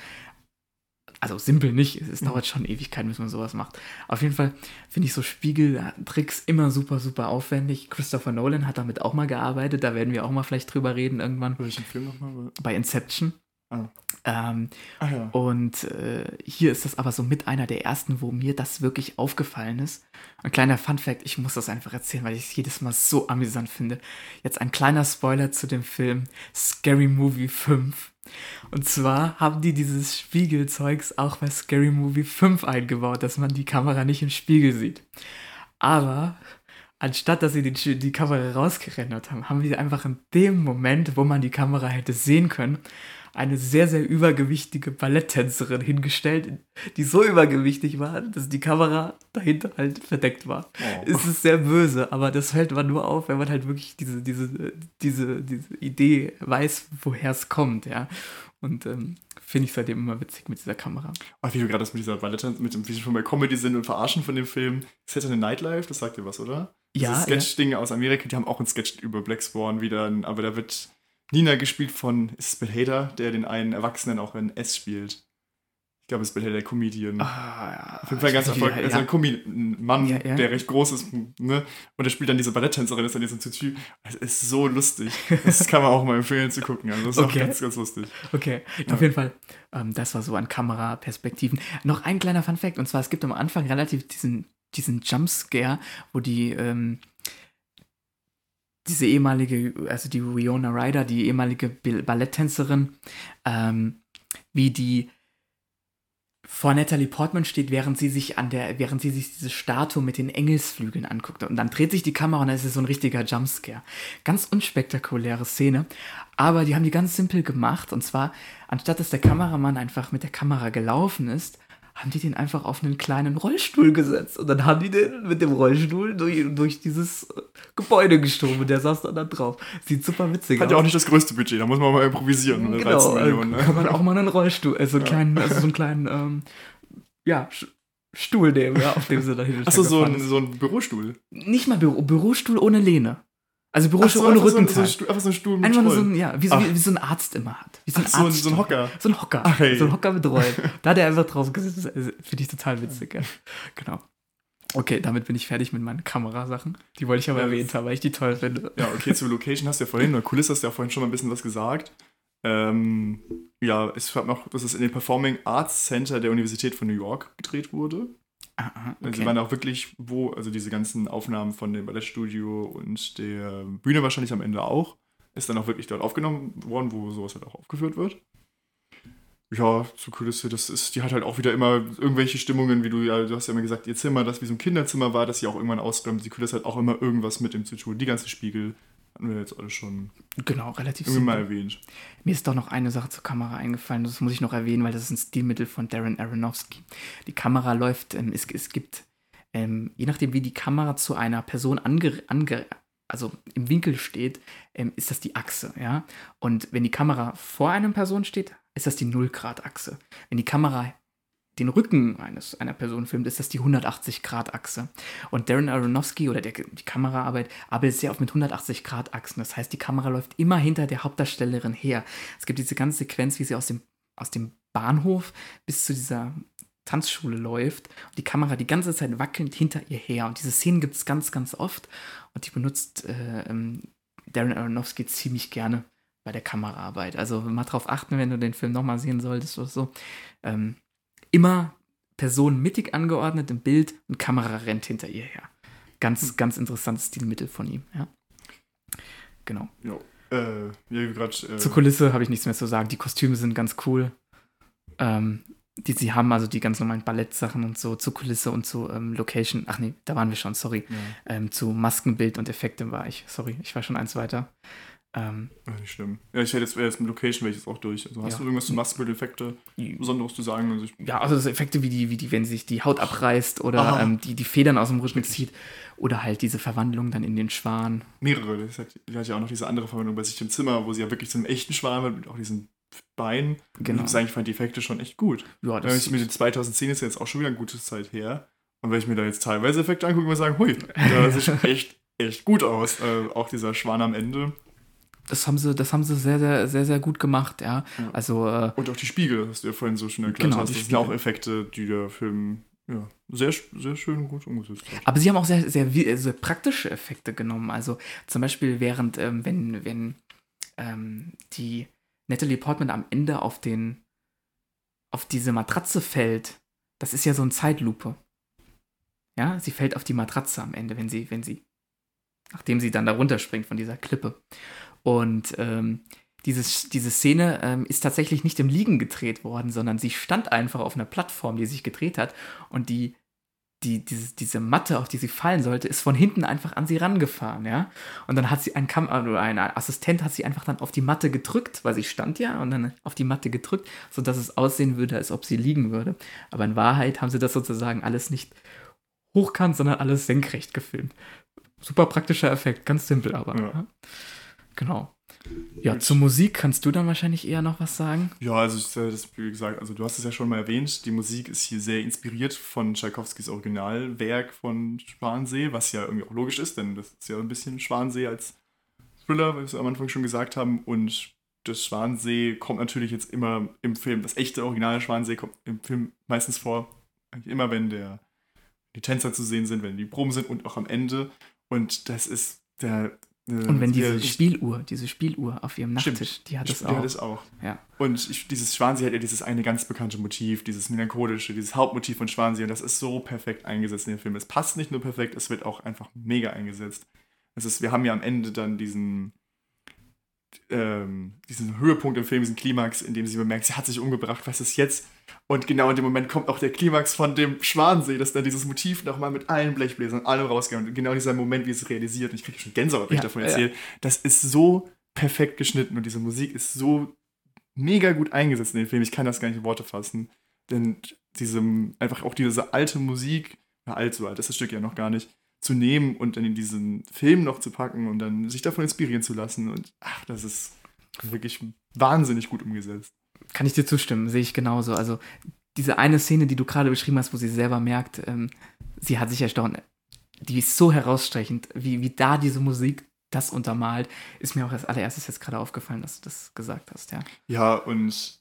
Also simpel nicht, es dauert schon Ewigkeiten, bis man sowas macht. Auf jeden Fall finde ich so Spiegeltricks immer super, super aufwendig. Christopher Nolan hat damit auch mal gearbeitet, da werden wir auch mal vielleicht drüber reden irgendwann. Welchen Film nochmal? Bei Inception. Ja. Und hier ist das aber so mit einer der ersten, wo mir das wirklich aufgefallen ist. Ein kleiner Funfact, ich muss das einfach erzählen, weil ich es jedes Mal so amüsant finde. Jetzt ein kleiner Spoiler zu dem Film Scary Movie 5. Und zwar haben die dieses Spiegelzeugs auch bei Scary Movie 5 eingebaut, dass man die Kamera nicht im Spiegel sieht. Aber anstatt dass sie die Kamera rausgerendert haben, haben wir einfach in dem Moment, wo man die Kamera hätte sehen können, eine sehr, sehr übergewichtige Balletttänzerin hingestellt, die so übergewichtig war, dass die Kamera dahinter halt verdeckt war. Oh. Es ist sehr böse, aber das fällt man nur auf, wenn man halt wirklich diese Idee weiß, woher es kommt, ja. Und finde ich seitdem immer witzig mit dieser Kamera. Ach, wie du gerade das mit dieser Balletttänzerin, mit dem, wie schon bei Comedy sind und Verarschen von dem Film. Saturday Night Live, das sagt dir was, oder? Ja. Das Sketch-Ding aus Amerika, die haben auch ein Sketch über Black Swan wieder, aber da wird Nina gespielt von, ist es Bill Hader, der den einen Erwachsenen auch in S spielt. Ich glaube, es ist Bill Hader, der Comedian. Ja. Auf jeden Fall ganz erfolgreich. Also ein Mann, der recht groß ist, ne? Und der spielt dann diese Balletttänzerin, ist dann jetzt ein Tutu. Es ist so lustig. Das kann man auch mal empfehlen zu gucken. Also das ist auch ganz, ganz lustig. Okay, auf jeden Fall. Das war so an Kameraperspektiven. Noch ein kleiner Funfact, und zwar, es gibt am Anfang relativ diesen Jumpscare, wo diese ehemalige, also die Winona Ryder, die ehemalige Balletttänzerin, wie die vor Natalie Portman steht, während sie sich diese Statue mit den Engelsflügeln anguckt. Und dann dreht sich die Kamera und dann ist es so ein richtiger Jumpscare. Ganz unspektakuläre Szene, aber die haben die ganz simpel gemacht. Und zwar, anstatt dass der Kameramann einfach mit der Kamera gelaufen ist, haben die den einfach auf einen kleinen Rollstuhl gesetzt. Und dann haben die den mit dem Rollstuhl durch dieses Gebäude geschoben. Und der saß dann da drauf. Sieht super witzig aus. Hat ja auch nicht das größte Budget, da muss man mal improvisieren. Genau, kann man auch mal einen Rollstuhl, so einen kleinen Stuhl nehmen, auf dem sie da hin. Achso, so ein Bürostuhl? Nicht mal Bürostuhl ohne Lehne. Also Bürostuhl ohne Rückenteil. Einfach so ein Stuhl mit Einfach nur Rollen. wie so ein Arzt immer hat. Wie so ein Hocker. So ein Hocker. Ach, hey. So ein Hocker mit Rollen. Da hat er einfach drauf gesessen. Finde ich total witzig. Ja. Genau. Okay, damit bin ich fertig mit meinen Kamerasachen. Die wollte ich aber erwähnt haben, weil ich die toll finde. Ja, okay, zur Location hast du ja vorhin, oder Kulisse hast du ja vorhin schon mal ein bisschen was gesagt. Es hat noch, dass es in dem Performing Arts Center der Universität von New York gedreht wurde. Okay. Also waren auch wirklich, also diese ganzen Aufnahmen von dem Ballettstudio und der Bühne wahrscheinlich am Ende auch, ist dann auch wirklich dort aufgenommen worden, wo sowas halt auch aufgeführt wird. Ja, zur Kulisse, die hat halt auch wieder immer irgendwelche Stimmungen, du hast ja immer gesagt, ihr Zimmer, das wie so ein Kinderzimmer war, das sie auch irgendwann ausräumt. Die Kulisse hat auch immer irgendwas mit dem zu tun. Die ganzen Spiegel hatten wir jetzt alles schon relativ irgendwie mal erwähnt. Mir ist doch noch eine Sache zur Kamera eingefallen, das muss ich noch erwähnen, weil das ist ein Stilmittel von Darren Aronofsky. Die Kamera läuft, es gibt, je nachdem wie die Kamera zu einer Person also im Winkel steht, ist das die Achse, ja. Und wenn die Kamera vor einer Person steht, ist das die 0-Grad-Achse. Wenn die Kamera den Rücken einer Person filmt, ist das die 180-Grad-Achse. Und Darren Aronofsky oder die Kameraarbeit arbeitet sehr oft mit 180-Grad-Achsen. Das heißt, die Kamera läuft immer hinter der Hauptdarstellerin her. Es gibt diese ganze Sequenz, wie sie aus dem Bahnhof bis zu dieser Tanzschule läuft und die Kamera die ganze Zeit wackelnd hinter ihr her. Und diese Szenen gibt es ganz, ganz oft und die benutzt Darren Aronofsky ziemlich gerne bei der Kameraarbeit. Also mal drauf achten, wenn du den Film nochmal sehen solltest oder so. Immer Person mittig angeordnet im Bild und Kamera rennt hinter ihr her. Ganz, ganz interessantes Stilmittel von ihm. Ja. Genau. Zur Kulisse habe ich nichts mehr zu sagen. Die Kostüme sind ganz cool. Die sie haben, also die ganz normalen Ballettsachen und so, zur Kulisse und zu Location. Ach nee, da waren wir schon, sorry. Ja. Zu Maskenbild und Effekte war ich. Sorry, ich war schon eins weiter. Nicht schlimm. Ja, ich hätte jetzt mit Location wäre ich jetzt auch durch. Also hast du irgendwas zu Maskenbild-Effekte Besonderes zu sagen? Also das Effekte wie wenn sich die Haut abreißt oder die Federn aus dem Rücken zieht oder halt diese Verwandlung dann in den Schwan. Mehrere. Die hat ja auch noch diese andere Verwandlung bei sich im Zimmer, wo sie ja wirklich zu einem echten Schwan wird mit auch diesen Beinen. Genau. Ich fand die Effekte schon echt gut. Ja, wenn ich mir den 2010 ist ja jetzt auch schon wieder eine gute Zeit her. Und wenn ich mir da jetzt teilweise Effekte angucke, muss ich sagen, hui, das sieht echt gut aus. Auch dieser Schwan am Ende. Das haben sie sehr, sehr, sehr, sehr gut gemacht, ja. Also, und auch die Spiegel, das du ja vorhin so schon erklärt genau, hast. Das sind auch Effekte, die der Film sehr, sehr schön gut umgesetzt hat. Aber sie haben auch sehr, sehr, sehr praktische Effekte genommen. Also zum Beispiel wenn die Natalie Portman am Ende auf diese Matratze fällt, das ist ja so eine Zeitlupe. Ja, sie fällt auf die Matratze am Ende, nachdem sie dann da runterspringt von dieser Klippe. Und diese Szene ist tatsächlich nicht im Liegen gedreht worden, sondern sie stand einfach auf einer Plattform, die sich gedreht hat. Und diese Matte, auf die sie fallen sollte, ist von hinten einfach an sie rangefahren, ja. Und dann hat sie ein Assistent hat sie einfach dann auf die Matte gedrückt, weil sie stand ja, und dann auf die Matte gedrückt, sodass es aussehen würde, als ob sie liegen würde. Aber in Wahrheit haben sie das sozusagen alles nicht hochkant, sondern alles senkrecht gefilmt. Super praktischer Effekt, ganz simpel aber. Ja. Genau. Ja, zur Musik kannst du dann wahrscheinlich eher noch was sagen? Ja, also wie gesagt, also du hast es ja schon mal erwähnt, die Musik ist hier sehr inspiriert von Tschaikowskis Originalwerk von Schwansee, was ja irgendwie auch logisch ist, denn das ist ja ein bisschen Schwansee als Thriller, wie wir am Anfang schon gesagt haben, und das Schwansee kommt natürlich jetzt immer im Film, das echte Original Schwansee kommt im Film meistens vor, eigentlich immer, wenn die Tänzer zu sehen sind, wenn die Proben sind und auch am Ende, und das ist und wenn diese Spieluhr auf ihrem Nachttisch, die hat es auch. Die hat es auch. Ja. Und dieses Schwansee hat ja dieses eine ganz bekannte Motiv, dieses melancholische, dieses Hauptmotiv von Schwansee, und das ist so perfekt eingesetzt in dem Film. Es passt nicht nur perfekt, es wird auch einfach mega eingesetzt. Wir haben ja am Ende dann diesen Höhepunkt im Film, diesen Klimax, in dem sie bemerkt, sie hat sich umgebracht, was ist jetzt? Und genau in dem Moment kommt auch der Klimax von dem Schwansee, dass dann dieses Motiv nochmal mit allen Blechbläsern und allem rausgeht. Und genau dieser Moment, wie es realisiert, und ich kriege schon Gänsehaut, wenn ich davon erzähle, das ist so perfekt geschnitten und diese Musik ist so mega gut eingesetzt in dem Film. Ich kann das gar nicht in Worte fassen. Denn einfach auch diese alte Musik, so alt ist das Stück ja noch gar nicht, zu nehmen und dann in diesen Film noch zu packen und dann sich davon inspirieren zu lassen. Und das ist wirklich wahnsinnig gut umgesetzt. Kann ich dir zustimmen, sehe ich genauso. Also diese eine Szene, die du gerade beschrieben hast, wo sie selber merkt, sie hat sich erstaunt, die ist so herausstechend, wie da diese Musik das untermalt, ist mir auch als allererstes jetzt gerade aufgefallen, dass du das gesagt hast, ja. Ja, und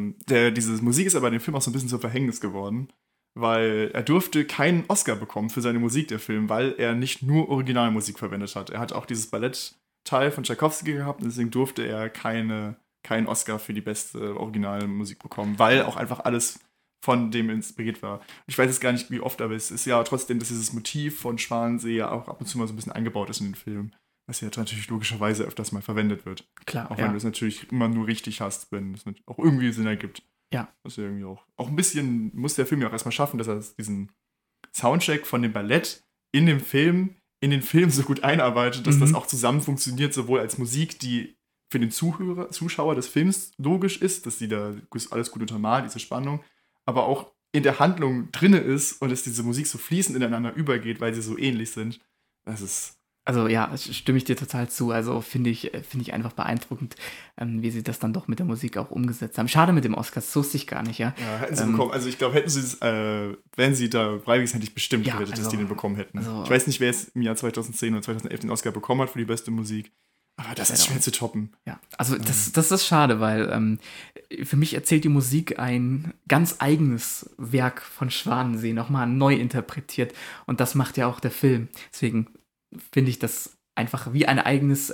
diese Musik ist aber in dem Film auch so ein bisschen zum Verhängnis geworden, weil er durfte keinen Oscar bekommen für seine Musik, der Film, weil er nicht nur Originalmusik verwendet hat. Er hat auch dieses Ballettteil von Tschaikowski gehabt und deswegen durfte er keinen Oscar für die beste Originalmusik bekommen, weil auch einfach alles von dem inspiriert war. Ich weiß jetzt gar nicht, wie oft, aber es ist ja trotzdem, dass dieses Motiv von Schwansee ja auch ab und zu mal so ein bisschen eingebaut ist in den Film, was ja natürlich logischerweise öfters mal verwendet wird. Klar, auch wenn du es natürlich immer nur richtig hast, wenn es auch irgendwie Sinn ergibt. Ja. Was ja irgendwie auch ein bisschen, muss der Film ja auch erstmal schaffen, dass er diesen Soundcheck von dem Ballett in den Film so gut einarbeitet, dass das auch zusammen funktioniert, sowohl als Musik, die für den Zuschauer des Films logisch ist, dass sie da alles gut untermalt, diese Spannung, aber auch in der Handlung drinne ist und dass diese Musik so fließend ineinander übergeht, weil sie so ähnlich sind. Das ist... Also ja, stimme ich dir total zu. Also finde ich einfach beeindruckend, wie sie das dann doch mit der Musik auch umgesetzt haben. Schade mit dem Oscar, das wusste ich gar nicht, ja. Ja, hätten sie bekommen. Also ich glaube, hätten sie es, wären sie da freiwillig, hätte ich bestimmt gewettet, dass die den bekommen hätten. Ich weiß nicht, wer es im Jahr 2010 oder 2011 den Oscar bekommen hat für die beste Musik. Aber das ist schwer zu toppen. Ja, also das ist schade, weil für mich erzählt die Musik ein ganz eigenes Werk von Schwanensee, nochmal neu interpretiert. Und das macht ja auch der Film. Deswegen finde ich das einfach wie ein eigenes,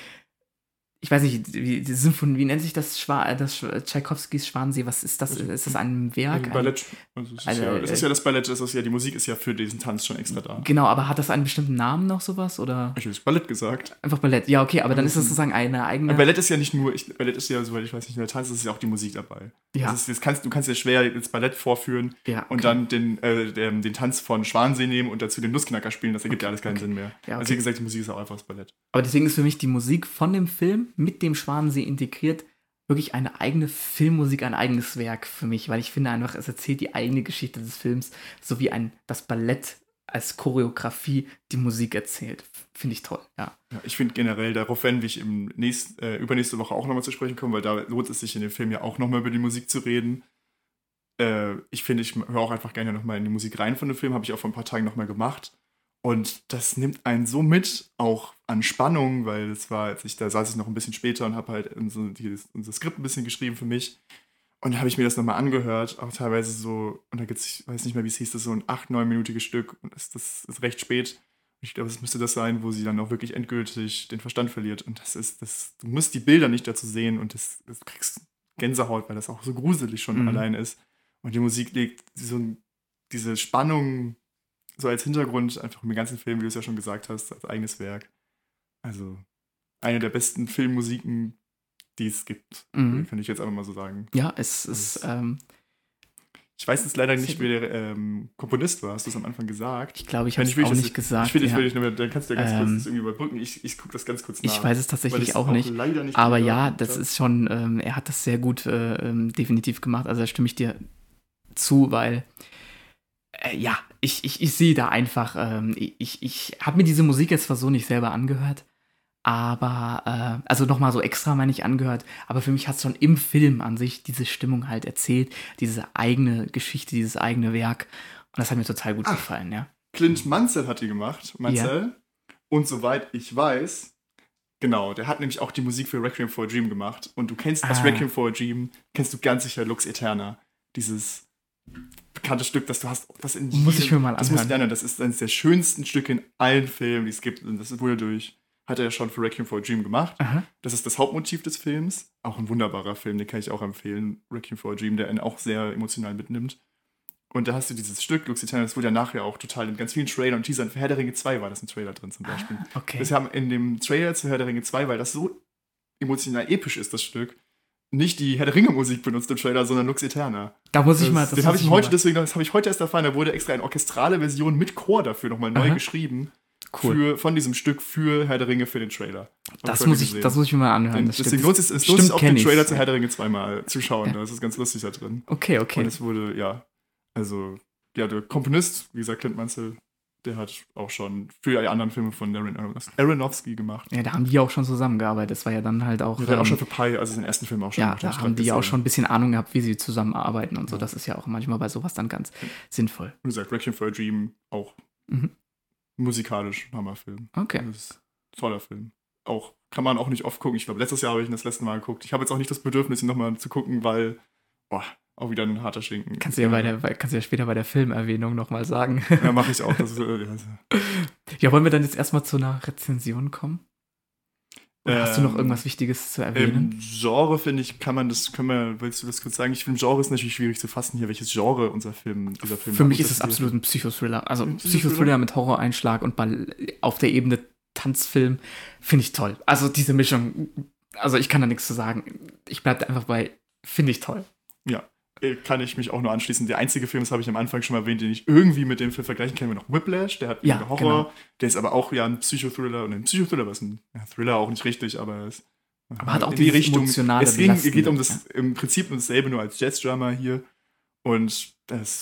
ich weiß nicht, die Symphonie, wie nennt sich das Tschaikowskis Schwansee, was ist das? Ist das ein Werk? Ein Ballett. Das ist ja das Ballett, die Musik ist ja für diesen Tanz schon extra da. Genau, aber hat das einen bestimmten Namen noch, sowas? Oder? Ich habe Ballett gesagt. Einfach Ballett, ja, okay, aber dann ist das sozusagen eine eigene... Ballett ist ja nicht nur, Ballett ist ja, soweit ich weiß nicht, nur der Tanz, ist ja auch die Musik dabei. Ja. Du kannst ja schwer das Ballett vorführen und dann den Tanz von Schwansee nehmen und dazu den Nussknacker spielen, das ergibt ja alles keinen Sinn mehr. Ja, also wie gesagt, die Musik ist auch einfach das Ballett. Aber deswegen ist für mich die Musik von dem Film mit dem Schwanensee integriert wirklich eine eigene Filmmusik, ein eigenes Werk für mich, weil ich finde einfach, es erzählt die eigene Geschichte des Films, so wie das Ballett als Choreografie die Musik erzählt. Finde ich toll, ja. Ich finde generell, darauf werden wir übernächste Woche auch nochmal zu sprechen kommen, weil da lohnt es sich in dem Film ja auch nochmal über die Musik zu reden. Ich höre auch einfach gerne nochmal in die Musik rein von dem Film, habe ich auch vor ein paar Tagen nochmal gemacht. Und das nimmt einen so mit, auch an Spannung, weil da saß ich noch ein bisschen später und habe halt unser Skript ein bisschen geschrieben für mich. Und da habe ich mir das nochmal angehört, auch teilweise so, und da gibt es, ich weiß nicht mehr, wie es hieß, das ist so ein 8-9-minütiges Stück und das ist recht spät. Ich glaube, es müsste das sein, wo sie dann auch wirklich endgültig den Verstand verliert. Und du musst die Bilder nicht dazu sehen und du kriegst Gänsehaut, weil das auch so gruselig schon allein ist. Und die Musik legt diese Spannung so als Hintergrund einfach im ganzen Film, wie du es ja schon gesagt hast, als eigenes Werk. Also eine der besten Filmmusiken, die es gibt, kann ich jetzt einfach mal so sagen. Ja, es ist... ich weiß jetzt leider nicht, wer der Komponist war. Hast du es am Anfang gesagt? Ich glaube, ich habe es auch nicht gesagt. Dann kannst du ja ganz kurz das irgendwie überbrücken. Ich gucke das ganz kurz nach. Ich weiß es tatsächlich auch nicht. Aber ja, das ist schon, er hat das sehr gut definitiv gemacht. Also da stimme ich dir zu, weil ich sehe da einfach, ich habe mir diese Musik jetzt zwar so nicht selber angehört, aber, also nochmal so extra meine ich angehört, aber für mich hat es schon im Film an sich diese Stimmung halt erzählt, diese eigene Geschichte, dieses eigene Werk. Und das hat mir total gut gefallen, ja. Clint Mansell hat die gemacht, Ja. Und soweit ich weiß, genau, der hat nämlich auch die Musik für Requiem for a Dream gemacht. Und du kennst aus Requiem for a Dream, kennst du ganz sicher Lux Eterna. Dieses bekannte Stück, das du hast, muss ich mir mal anhören. Das musst du lernen, das ist eines der schönsten Stücke in allen Filmen, die es gibt. Und das hat er ja schon für Requiem for a Dream gemacht. Aha. Das ist das Hauptmotiv des Films. Auch ein wunderbarer Film, den kann ich auch empfehlen. Requiem for a Dream, der ihn auch sehr emotional mitnimmt. Und da hast du dieses Stück, Lux Eterna, das wurde ja nachher auch total in ganz vielen Trailern und Teasern. Für Herr der Ringe 2 war das ein Trailer drin zum Beispiel. Okay. Das haben in dem Trailer zu Herr der Ringe 2, weil das so emotional episch ist, das Stück, nicht die Herr der Ringe Musik benutzt im Trailer, sondern Lux Eterna. Da muss ich mal... Das habe ich heute erst erfahren, da wurde extra eine orchestrale Version mit Chor dafür nochmal neu geschrieben. Cool. Von diesem Stück für Herr der Ringe für den Trailer. Das muss ich mir mal anhören. Deswegen lohnt es sich auch den Trailer zu Herr der Ringe 2 mal zu schauen. Ja. Das ist ganz lustig da drin. Okay. Und es wurde, der Komponist, wie gesagt, Clint Mansell, der hat auch schon für die anderen Filme von Darren Aronofsky gemacht. Ja, da haben die auch schon zusammengearbeitet. Das war ja dann halt auch... Ja, der hat auch schon für Pi, also den ersten Film auch schon gemacht. Ja, da haben die ja auch schon ein bisschen Ahnung gehabt, wie sie zusammenarbeiten und so. Das ist ja auch manchmal bei sowas dann ganz sinnvoll. Wie gesagt, Requiem for a Dream auch musikalisch Hammerfilm. Okay. Das ist ein toller Film. Auch kann man auch nicht oft gucken. Ich glaube, letztes Jahr habe ich ihn das letzte Mal geguckt. Ich habe jetzt auch nicht das Bedürfnis, ihn nochmal zu gucken, weil auch wieder ein harter Schinken. Kannst du ja später bei der Filmerwähnung nochmal sagen. Ja, mache ich auch. Ja, wollen wir dann jetzt erstmal zu einer Rezension kommen? Oder hast du noch irgendwas Wichtiges zu erwähnen? Im Genre, finde ich, willst du das kurz sagen? Ich finde, Genre ist natürlich schwierig zu fassen hier, welches Genre dieser Film Für mich ist es absolut ein Psychothriller. Also Psychothriller mit Horror-Einschlag und auf der Ebene Tanzfilm finde ich toll. Also diese Mischung, also ich kann da nichts zu sagen. Ich bleibe einfach bei, finde ich toll. Ja. Kann ich mich auch nur anschließen. Der einzige Film, das habe ich am Anfang schon mal erwähnt, den ich irgendwie mit dem Film vergleichen kann, noch Whiplash. Der hat Horror. Genau. Der ist aber auch ein Psychothriller. Und ein Psychothriller war ein Thriller auch nicht richtig, aber es hat auch die Richtung emotionale Es geht im Prinzip um dasselbe, nur als Jazz-Drama hier. Und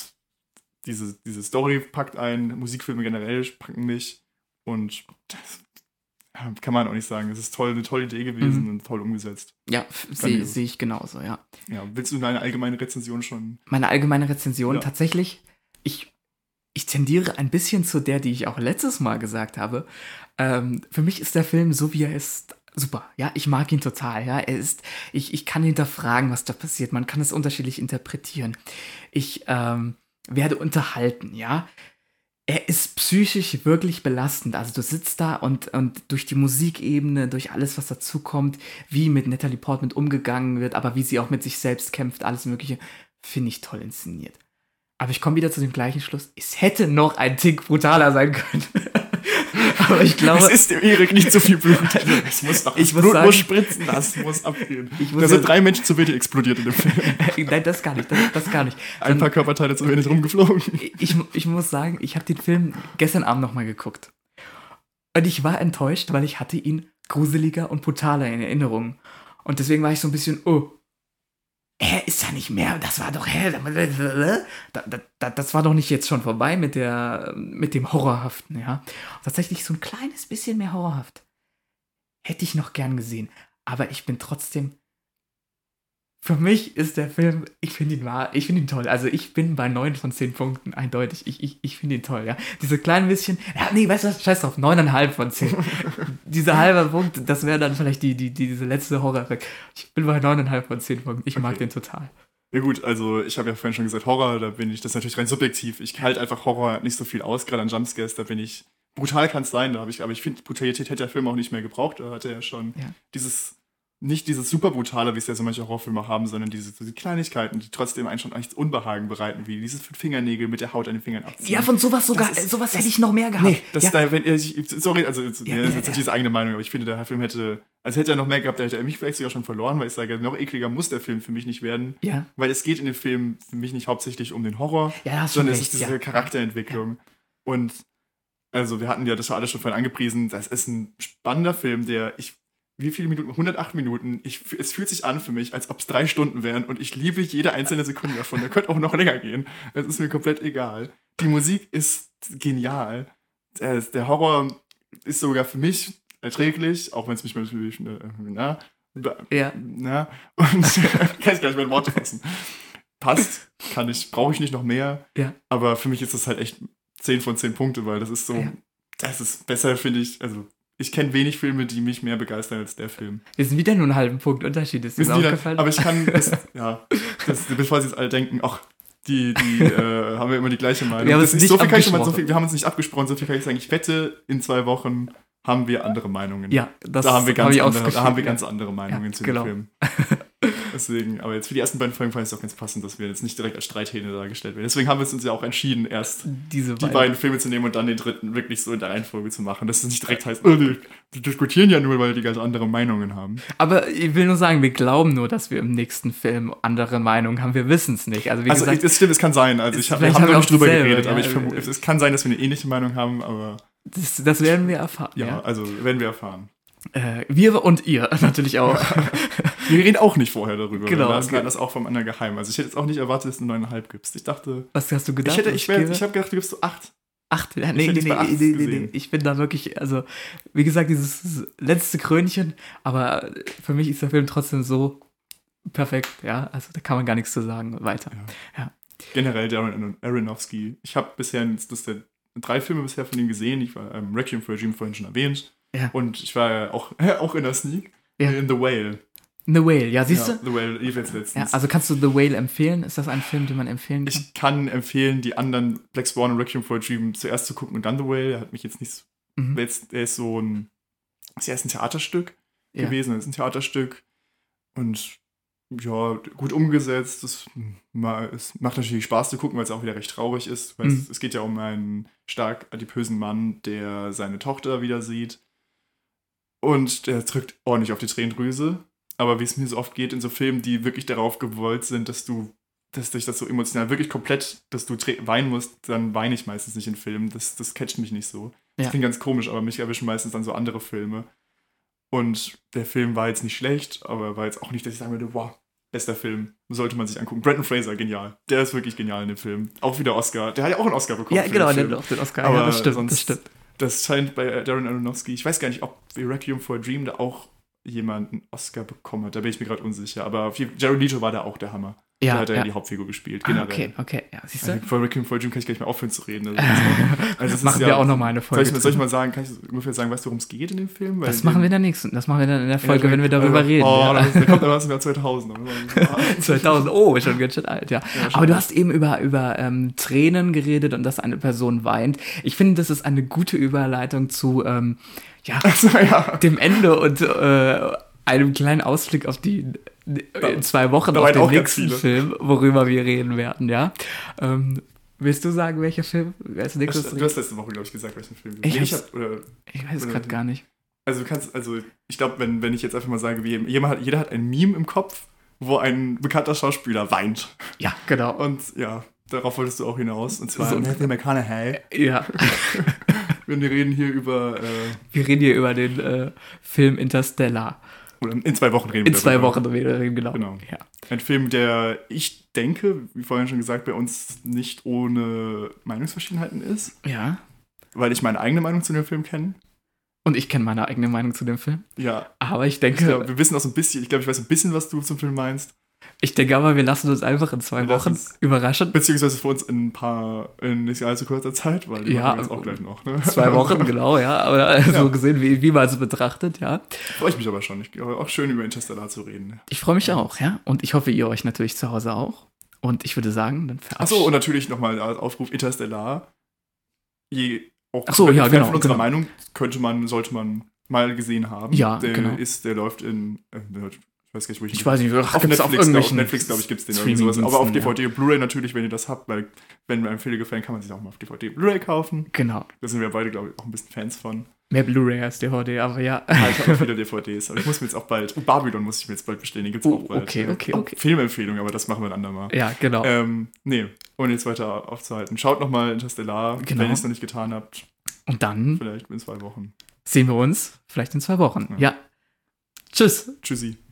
diese Story packt ein, Musikfilme generell packen mich. Und das kann man auch nicht sagen. Es ist eine tolle Idee gewesen und toll umgesetzt. Ja, sehe ich genauso, ja. Ja, willst du deine allgemeine Rezension schon? Meine allgemeine Rezension, tatsächlich, ich tendiere ein bisschen zu der, die ich auch letztes Mal gesagt habe. Für mich ist der Film, so wie er ist, super. Ja, ich mag ihn total. Ja, ich kann hinterfragen, was da passiert. Man kann es unterschiedlich interpretieren. Ich werde unterhalten, ja. Er ist psychisch wirklich belastend. Also du sitzt da und durch die Musikebene, durch alles, was dazukommt, wie mit Natalie Portman umgegangen wird, aber wie sie auch mit sich selbst kämpft, alles Mögliche, finde ich toll inszeniert. Aber ich komme wieder zu dem gleichen Schluss. Es hätte noch ein Tick brutaler sein können. Aber ich glaube... Es ist dem Erik nicht so viel Blut. Es muss doch Blut muss spritzen, das muss abgehen. Da sind 3 Menschen zu wenig explodiert in dem Film. Nein, das gar nicht. Das gar nicht. Ein paar Körperteile zu wenig rumgeflogen. Ich muss sagen, ich habe den Film gestern Abend nochmal geguckt. Und ich war enttäuscht, weil ich hatte ihn gruseliger und brutaler in Erinnerung. Und deswegen war ich so ein bisschen, ist ja nicht mehr, das war doch, das war doch nicht jetzt schon vorbei mit dem Horrorhaften, ja. Tatsächlich so ein kleines bisschen mehr horrorhaft. Hätte ich noch gern gesehen. Aber ich bin trotzdem, für mich ist der Film, ich finde ihn toll. Also ich bin bei 9 von 10 Punkten, eindeutig. Ich finde ihn toll, ja. Diese kleinen bisschen, weißt du was, scheiß drauf, 9,5 von 10. Dieser halbe Punkt, das wäre dann vielleicht diese letzte Horror-Effekt. Ich bin bei 9,5 von 10 Punkten. Ich mag den total. Ja gut, also ich habe ja vorhin schon gesagt, Horror, das ist natürlich rein subjektiv. Ich halte einfach Horror nicht so viel aus, gerade an Jumpscares, da bin ich brutal kann es sein, aber ich finde, Brutalität hätte der Film auch nicht mehr gebraucht. Da hatte er ja schon nicht dieses super brutale, wie es ja so manche Horrorfilme haben, sondern diese Kleinigkeiten, die trotzdem einen schon echt Unbehagen bereiten, wie dieses Fingernägel mit der Haut an den Fingern abziehen. Ja, von sowas hätte ich noch mehr gehabt. Nee, sorry, also das ist natürlich diese eigene Meinung, aber ich finde, der Film hätte er noch mehr gehabt, da hätte er mich vielleicht sogar schon verloren, weil ich sage, noch ekliger muss der Film für mich nicht werden, weil es geht in dem Film für mich nicht hauptsächlich um den Horror, sondern es ist diese Charakterentwicklung. Und also wir hatten ja das alles schon vorhin angepriesen, das ist ein spannender Film, wie viele Minuten? 108 Minuten. Es fühlt sich an für mich, als ob es 3 Stunden wären und ich liebe jede einzelne Sekunde davon. Der könnte auch noch länger gehen. Es ist mir komplett egal. Die Musik ist genial. Der Horror ist sogar für mich erträglich, auch wenn es mich natürlich und kann ich gar nicht meine Worte fassen. Passt, brauche ich nicht noch mehr. Ja. Aber für mich ist das halt echt 10 von 10 Punkte, weil das ist so, das ist besser, finde ich, also ich kenne wenig Filme, die mich mehr begeistern als der Film. Wir sind wieder nur einen halben Punkt Unterschied, ist mir aufgefallen. Aber ich kann, bevor sie jetzt alle denken, ach, die haben wir immer die gleiche Meinung. Wir haben uns nicht abgesprochen, so viel kann ich sagen. Ich wette, in 2 Wochen haben wir andere Meinungen. Ja, da haben wir ganz andere Meinungen zu dem Film. Deswegen, aber jetzt für die ersten beiden Folgen fand ich es auch ganz passend, dass wir jetzt nicht direkt als Streithähne dargestellt werden. Deswegen haben wir uns ja auch entschieden, erst die beiden Filme zu nehmen und dann den dritten wirklich so in der Reihenfolge zu machen. Dass es nicht direkt heißt, die diskutieren ja nur, weil die ganz andere Meinungen haben. Aber ich will nur sagen, wir glauben nur, dass wir im nächsten Film andere Meinungen haben. Wir wissen es nicht. Also gesagt, das stimmt, es kann sein. Also wir haben noch nicht drüber geredet, aber es kann sein, dass wir eine ähnliche Meinung haben, aber das werden wir erfahren. Ja, also werden wir erfahren. Wir und ihr natürlich auch. Wir reden auch nicht vorher darüber. Genau. Wir das auch vom anderen geheim. Also ich hätte jetzt auch nicht erwartet, dass du 9,5 gibst. Ich dachte... Was hast du gedacht? Ich habe gedacht, du gibst so 8. 8? Nee. Ich bin da wirklich, also wie gesagt, dieses letzte Krönchen, aber für mich ist der Film trotzdem so perfekt, ja. Also da kann man gar nichts zu sagen. Weiter. Ja. Generell Darren Aronofsky. Ich habe bisher 3 Filme bisher von ihm gesehen. Ich war Requiem for a Dream vorhin schon erwähnt. Ja. Und ich war ja auch in der Sneak. In The Whale. The Whale, ja, siehst du? The Whale, lief jetzt letztens. Ja, also kannst du The Whale empfehlen? Ist das ein Film, den man empfehlen kann? Ich kann empfehlen, die anderen Black Swan und Requiem for a Dream zuerst zu gucken und dann The Whale. Er hat mich jetzt nicht... Er ist so ein... Ist erst ein Theaterstück gewesen. Er ist ein Theaterstück. Und ja, gut umgesetzt. Es macht natürlich Spaß zu gucken, weil es auch wieder recht traurig ist. Weil es geht ja um einen stark adipösen Mann, der seine Tochter wieder sieht. Und der drückt ordentlich auf die Tränendrüse. Aber wie es mir so oft geht in so Filmen, die wirklich darauf gewollt sind, dass dich das so emotional wirklich komplett, dass du weinen musst, dann weine ich meistens nicht in Filmen. Das catcht mich nicht so. Das klingt ganz komisch, aber mich erwischen meistens dann so andere Filme. Und der Film war jetzt nicht schlecht, aber war jetzt auch nicht, dass ich sagen würde, wow, bester Film, sollte man sich angucken. Brendan Fraser, genial. Der ist wirklich genial in dem Film. Auch wieder Oscar. Der hat ja auch einen Oscar bekommen. Ja, genau, der hat auch den Oscar. Aber ja, das stimmt. Das scheint bei Darren Aronofsky, ich weiß gar nicht, ob Requiem for a Dream da auch jemand einen Oscar bekommen hat. Da bin ich mir gerade unsicher. Aber Jared Leto war da auch der Hammer. Ja, da hat er ja die Hauptfigur gespielt. Generell. Okay. Ja, siehst du? Also, vor Requiem for a Dream kann ich gleich mal aufhören zu reden. Also machen wir auch nochmal eine Folge. Soll ich mal sagen, kann ich ungefähr sagen, weißt du, worum es geht in dem Film? Das machen wir in der nächsten. Das machen wir dann in der Folge, wenn wir darüber reden. Da kommt dann was im Jahr 2000. 2000, oh, schon ganz schön alt, ja. Aber du hast eben über Tränen geredet und dass eine Person weint. Ich finde, das ist eine gute Überleitung zu dem Ende und einem kleinen Ausblick auf die in 2 Wochen auf den nächsten Film, worüber wir reden werden, ja. Willst du sagen, welcher Film als nächstes? Du hast letzte Woche, glaube ich, gesagt, welchen Film. Ich weiß es gerade gar nicht. Also ich glaube, wenn ich jetzt einfach mal sage, jeder hat ein Meme im Kopf, wo ein bekannter Schauspieler weint. Ja, genau. Und ja, darauf wolltest du auch hinaus. Und zwar Matthew McConaughey. Ja. Wir reden hier über den Film Interstellar. Oder in 2 Wochen reden wir. In 2 Wochen reden wir, genau. Ja. Ein Film, der, ich denke, wie vorhin schon gesagt, bei uns nicht ohne Meinungsverschiedenheiten ist. Ja. Weil ich meine eigene Meinung zu dem Film kenne. Und ich kenne meine eigene Meinung zu dem Film. Ja. Aber ich denke... wir wissen auch so ein bisschen, ich weiß ein bisschen, was du zum Film meinst. Ich denke aber, wir lassen uns einfach in 2 Wochen überraschen. Beziehungsweise für uns in nicht allzu kurzer Zeit, weil die machen wir jetzt auch gleich noch. Ne? 2 Wochen, genau, ja. Aber so gesehen, wie man es betrachachtet, ja. Freue ich mich aber schon. Auch schön, über Interstellar zu reden. Ich freue mich auch, ja. Und ich hoffe, ihr euch natürlich zu Hause auch. Und ich würde sagen, dann Achso, und natürlich nochmal als Aufruf Interstellar. Je auch so, ja, genau, von unserer Meinung sollte man mal gesehen haben. Ja, der läuft in, ich weiß gar nicht, wo ich weiß nicht, auf Netflix, glaube ich, gibt es den oder sowas. Aber auf DVD und Blu-ray natürlich, wenn ihr das habt, weil wenn mir einem Film gefällt, kann man sich auch mal auf DVD und Blu-ray kaufen. Genau. Da sind wir beide, glaube ich, auch ein bisschen Fans von. Mehr Blu-ray als DVD, aber ja. Ich habe auch viele DVDs, aber ich muss mir jetzt auch bald, Babylon muss ich mir jetzt bald bestellen, den gibt es auch bald. Okay. Filmempfehlung, aber das machen wir ein andermal. Ja, genau. Ohne jetzt weiter aufzuhalten. Schaut nochmal Interstellar, wenn ihr es noch nicht getan habt. Und dann vielleicht in 2 Wochen. Sehen wir uns vielleicht in 2 Wochen. Ja. Tschüss. Tschüssi.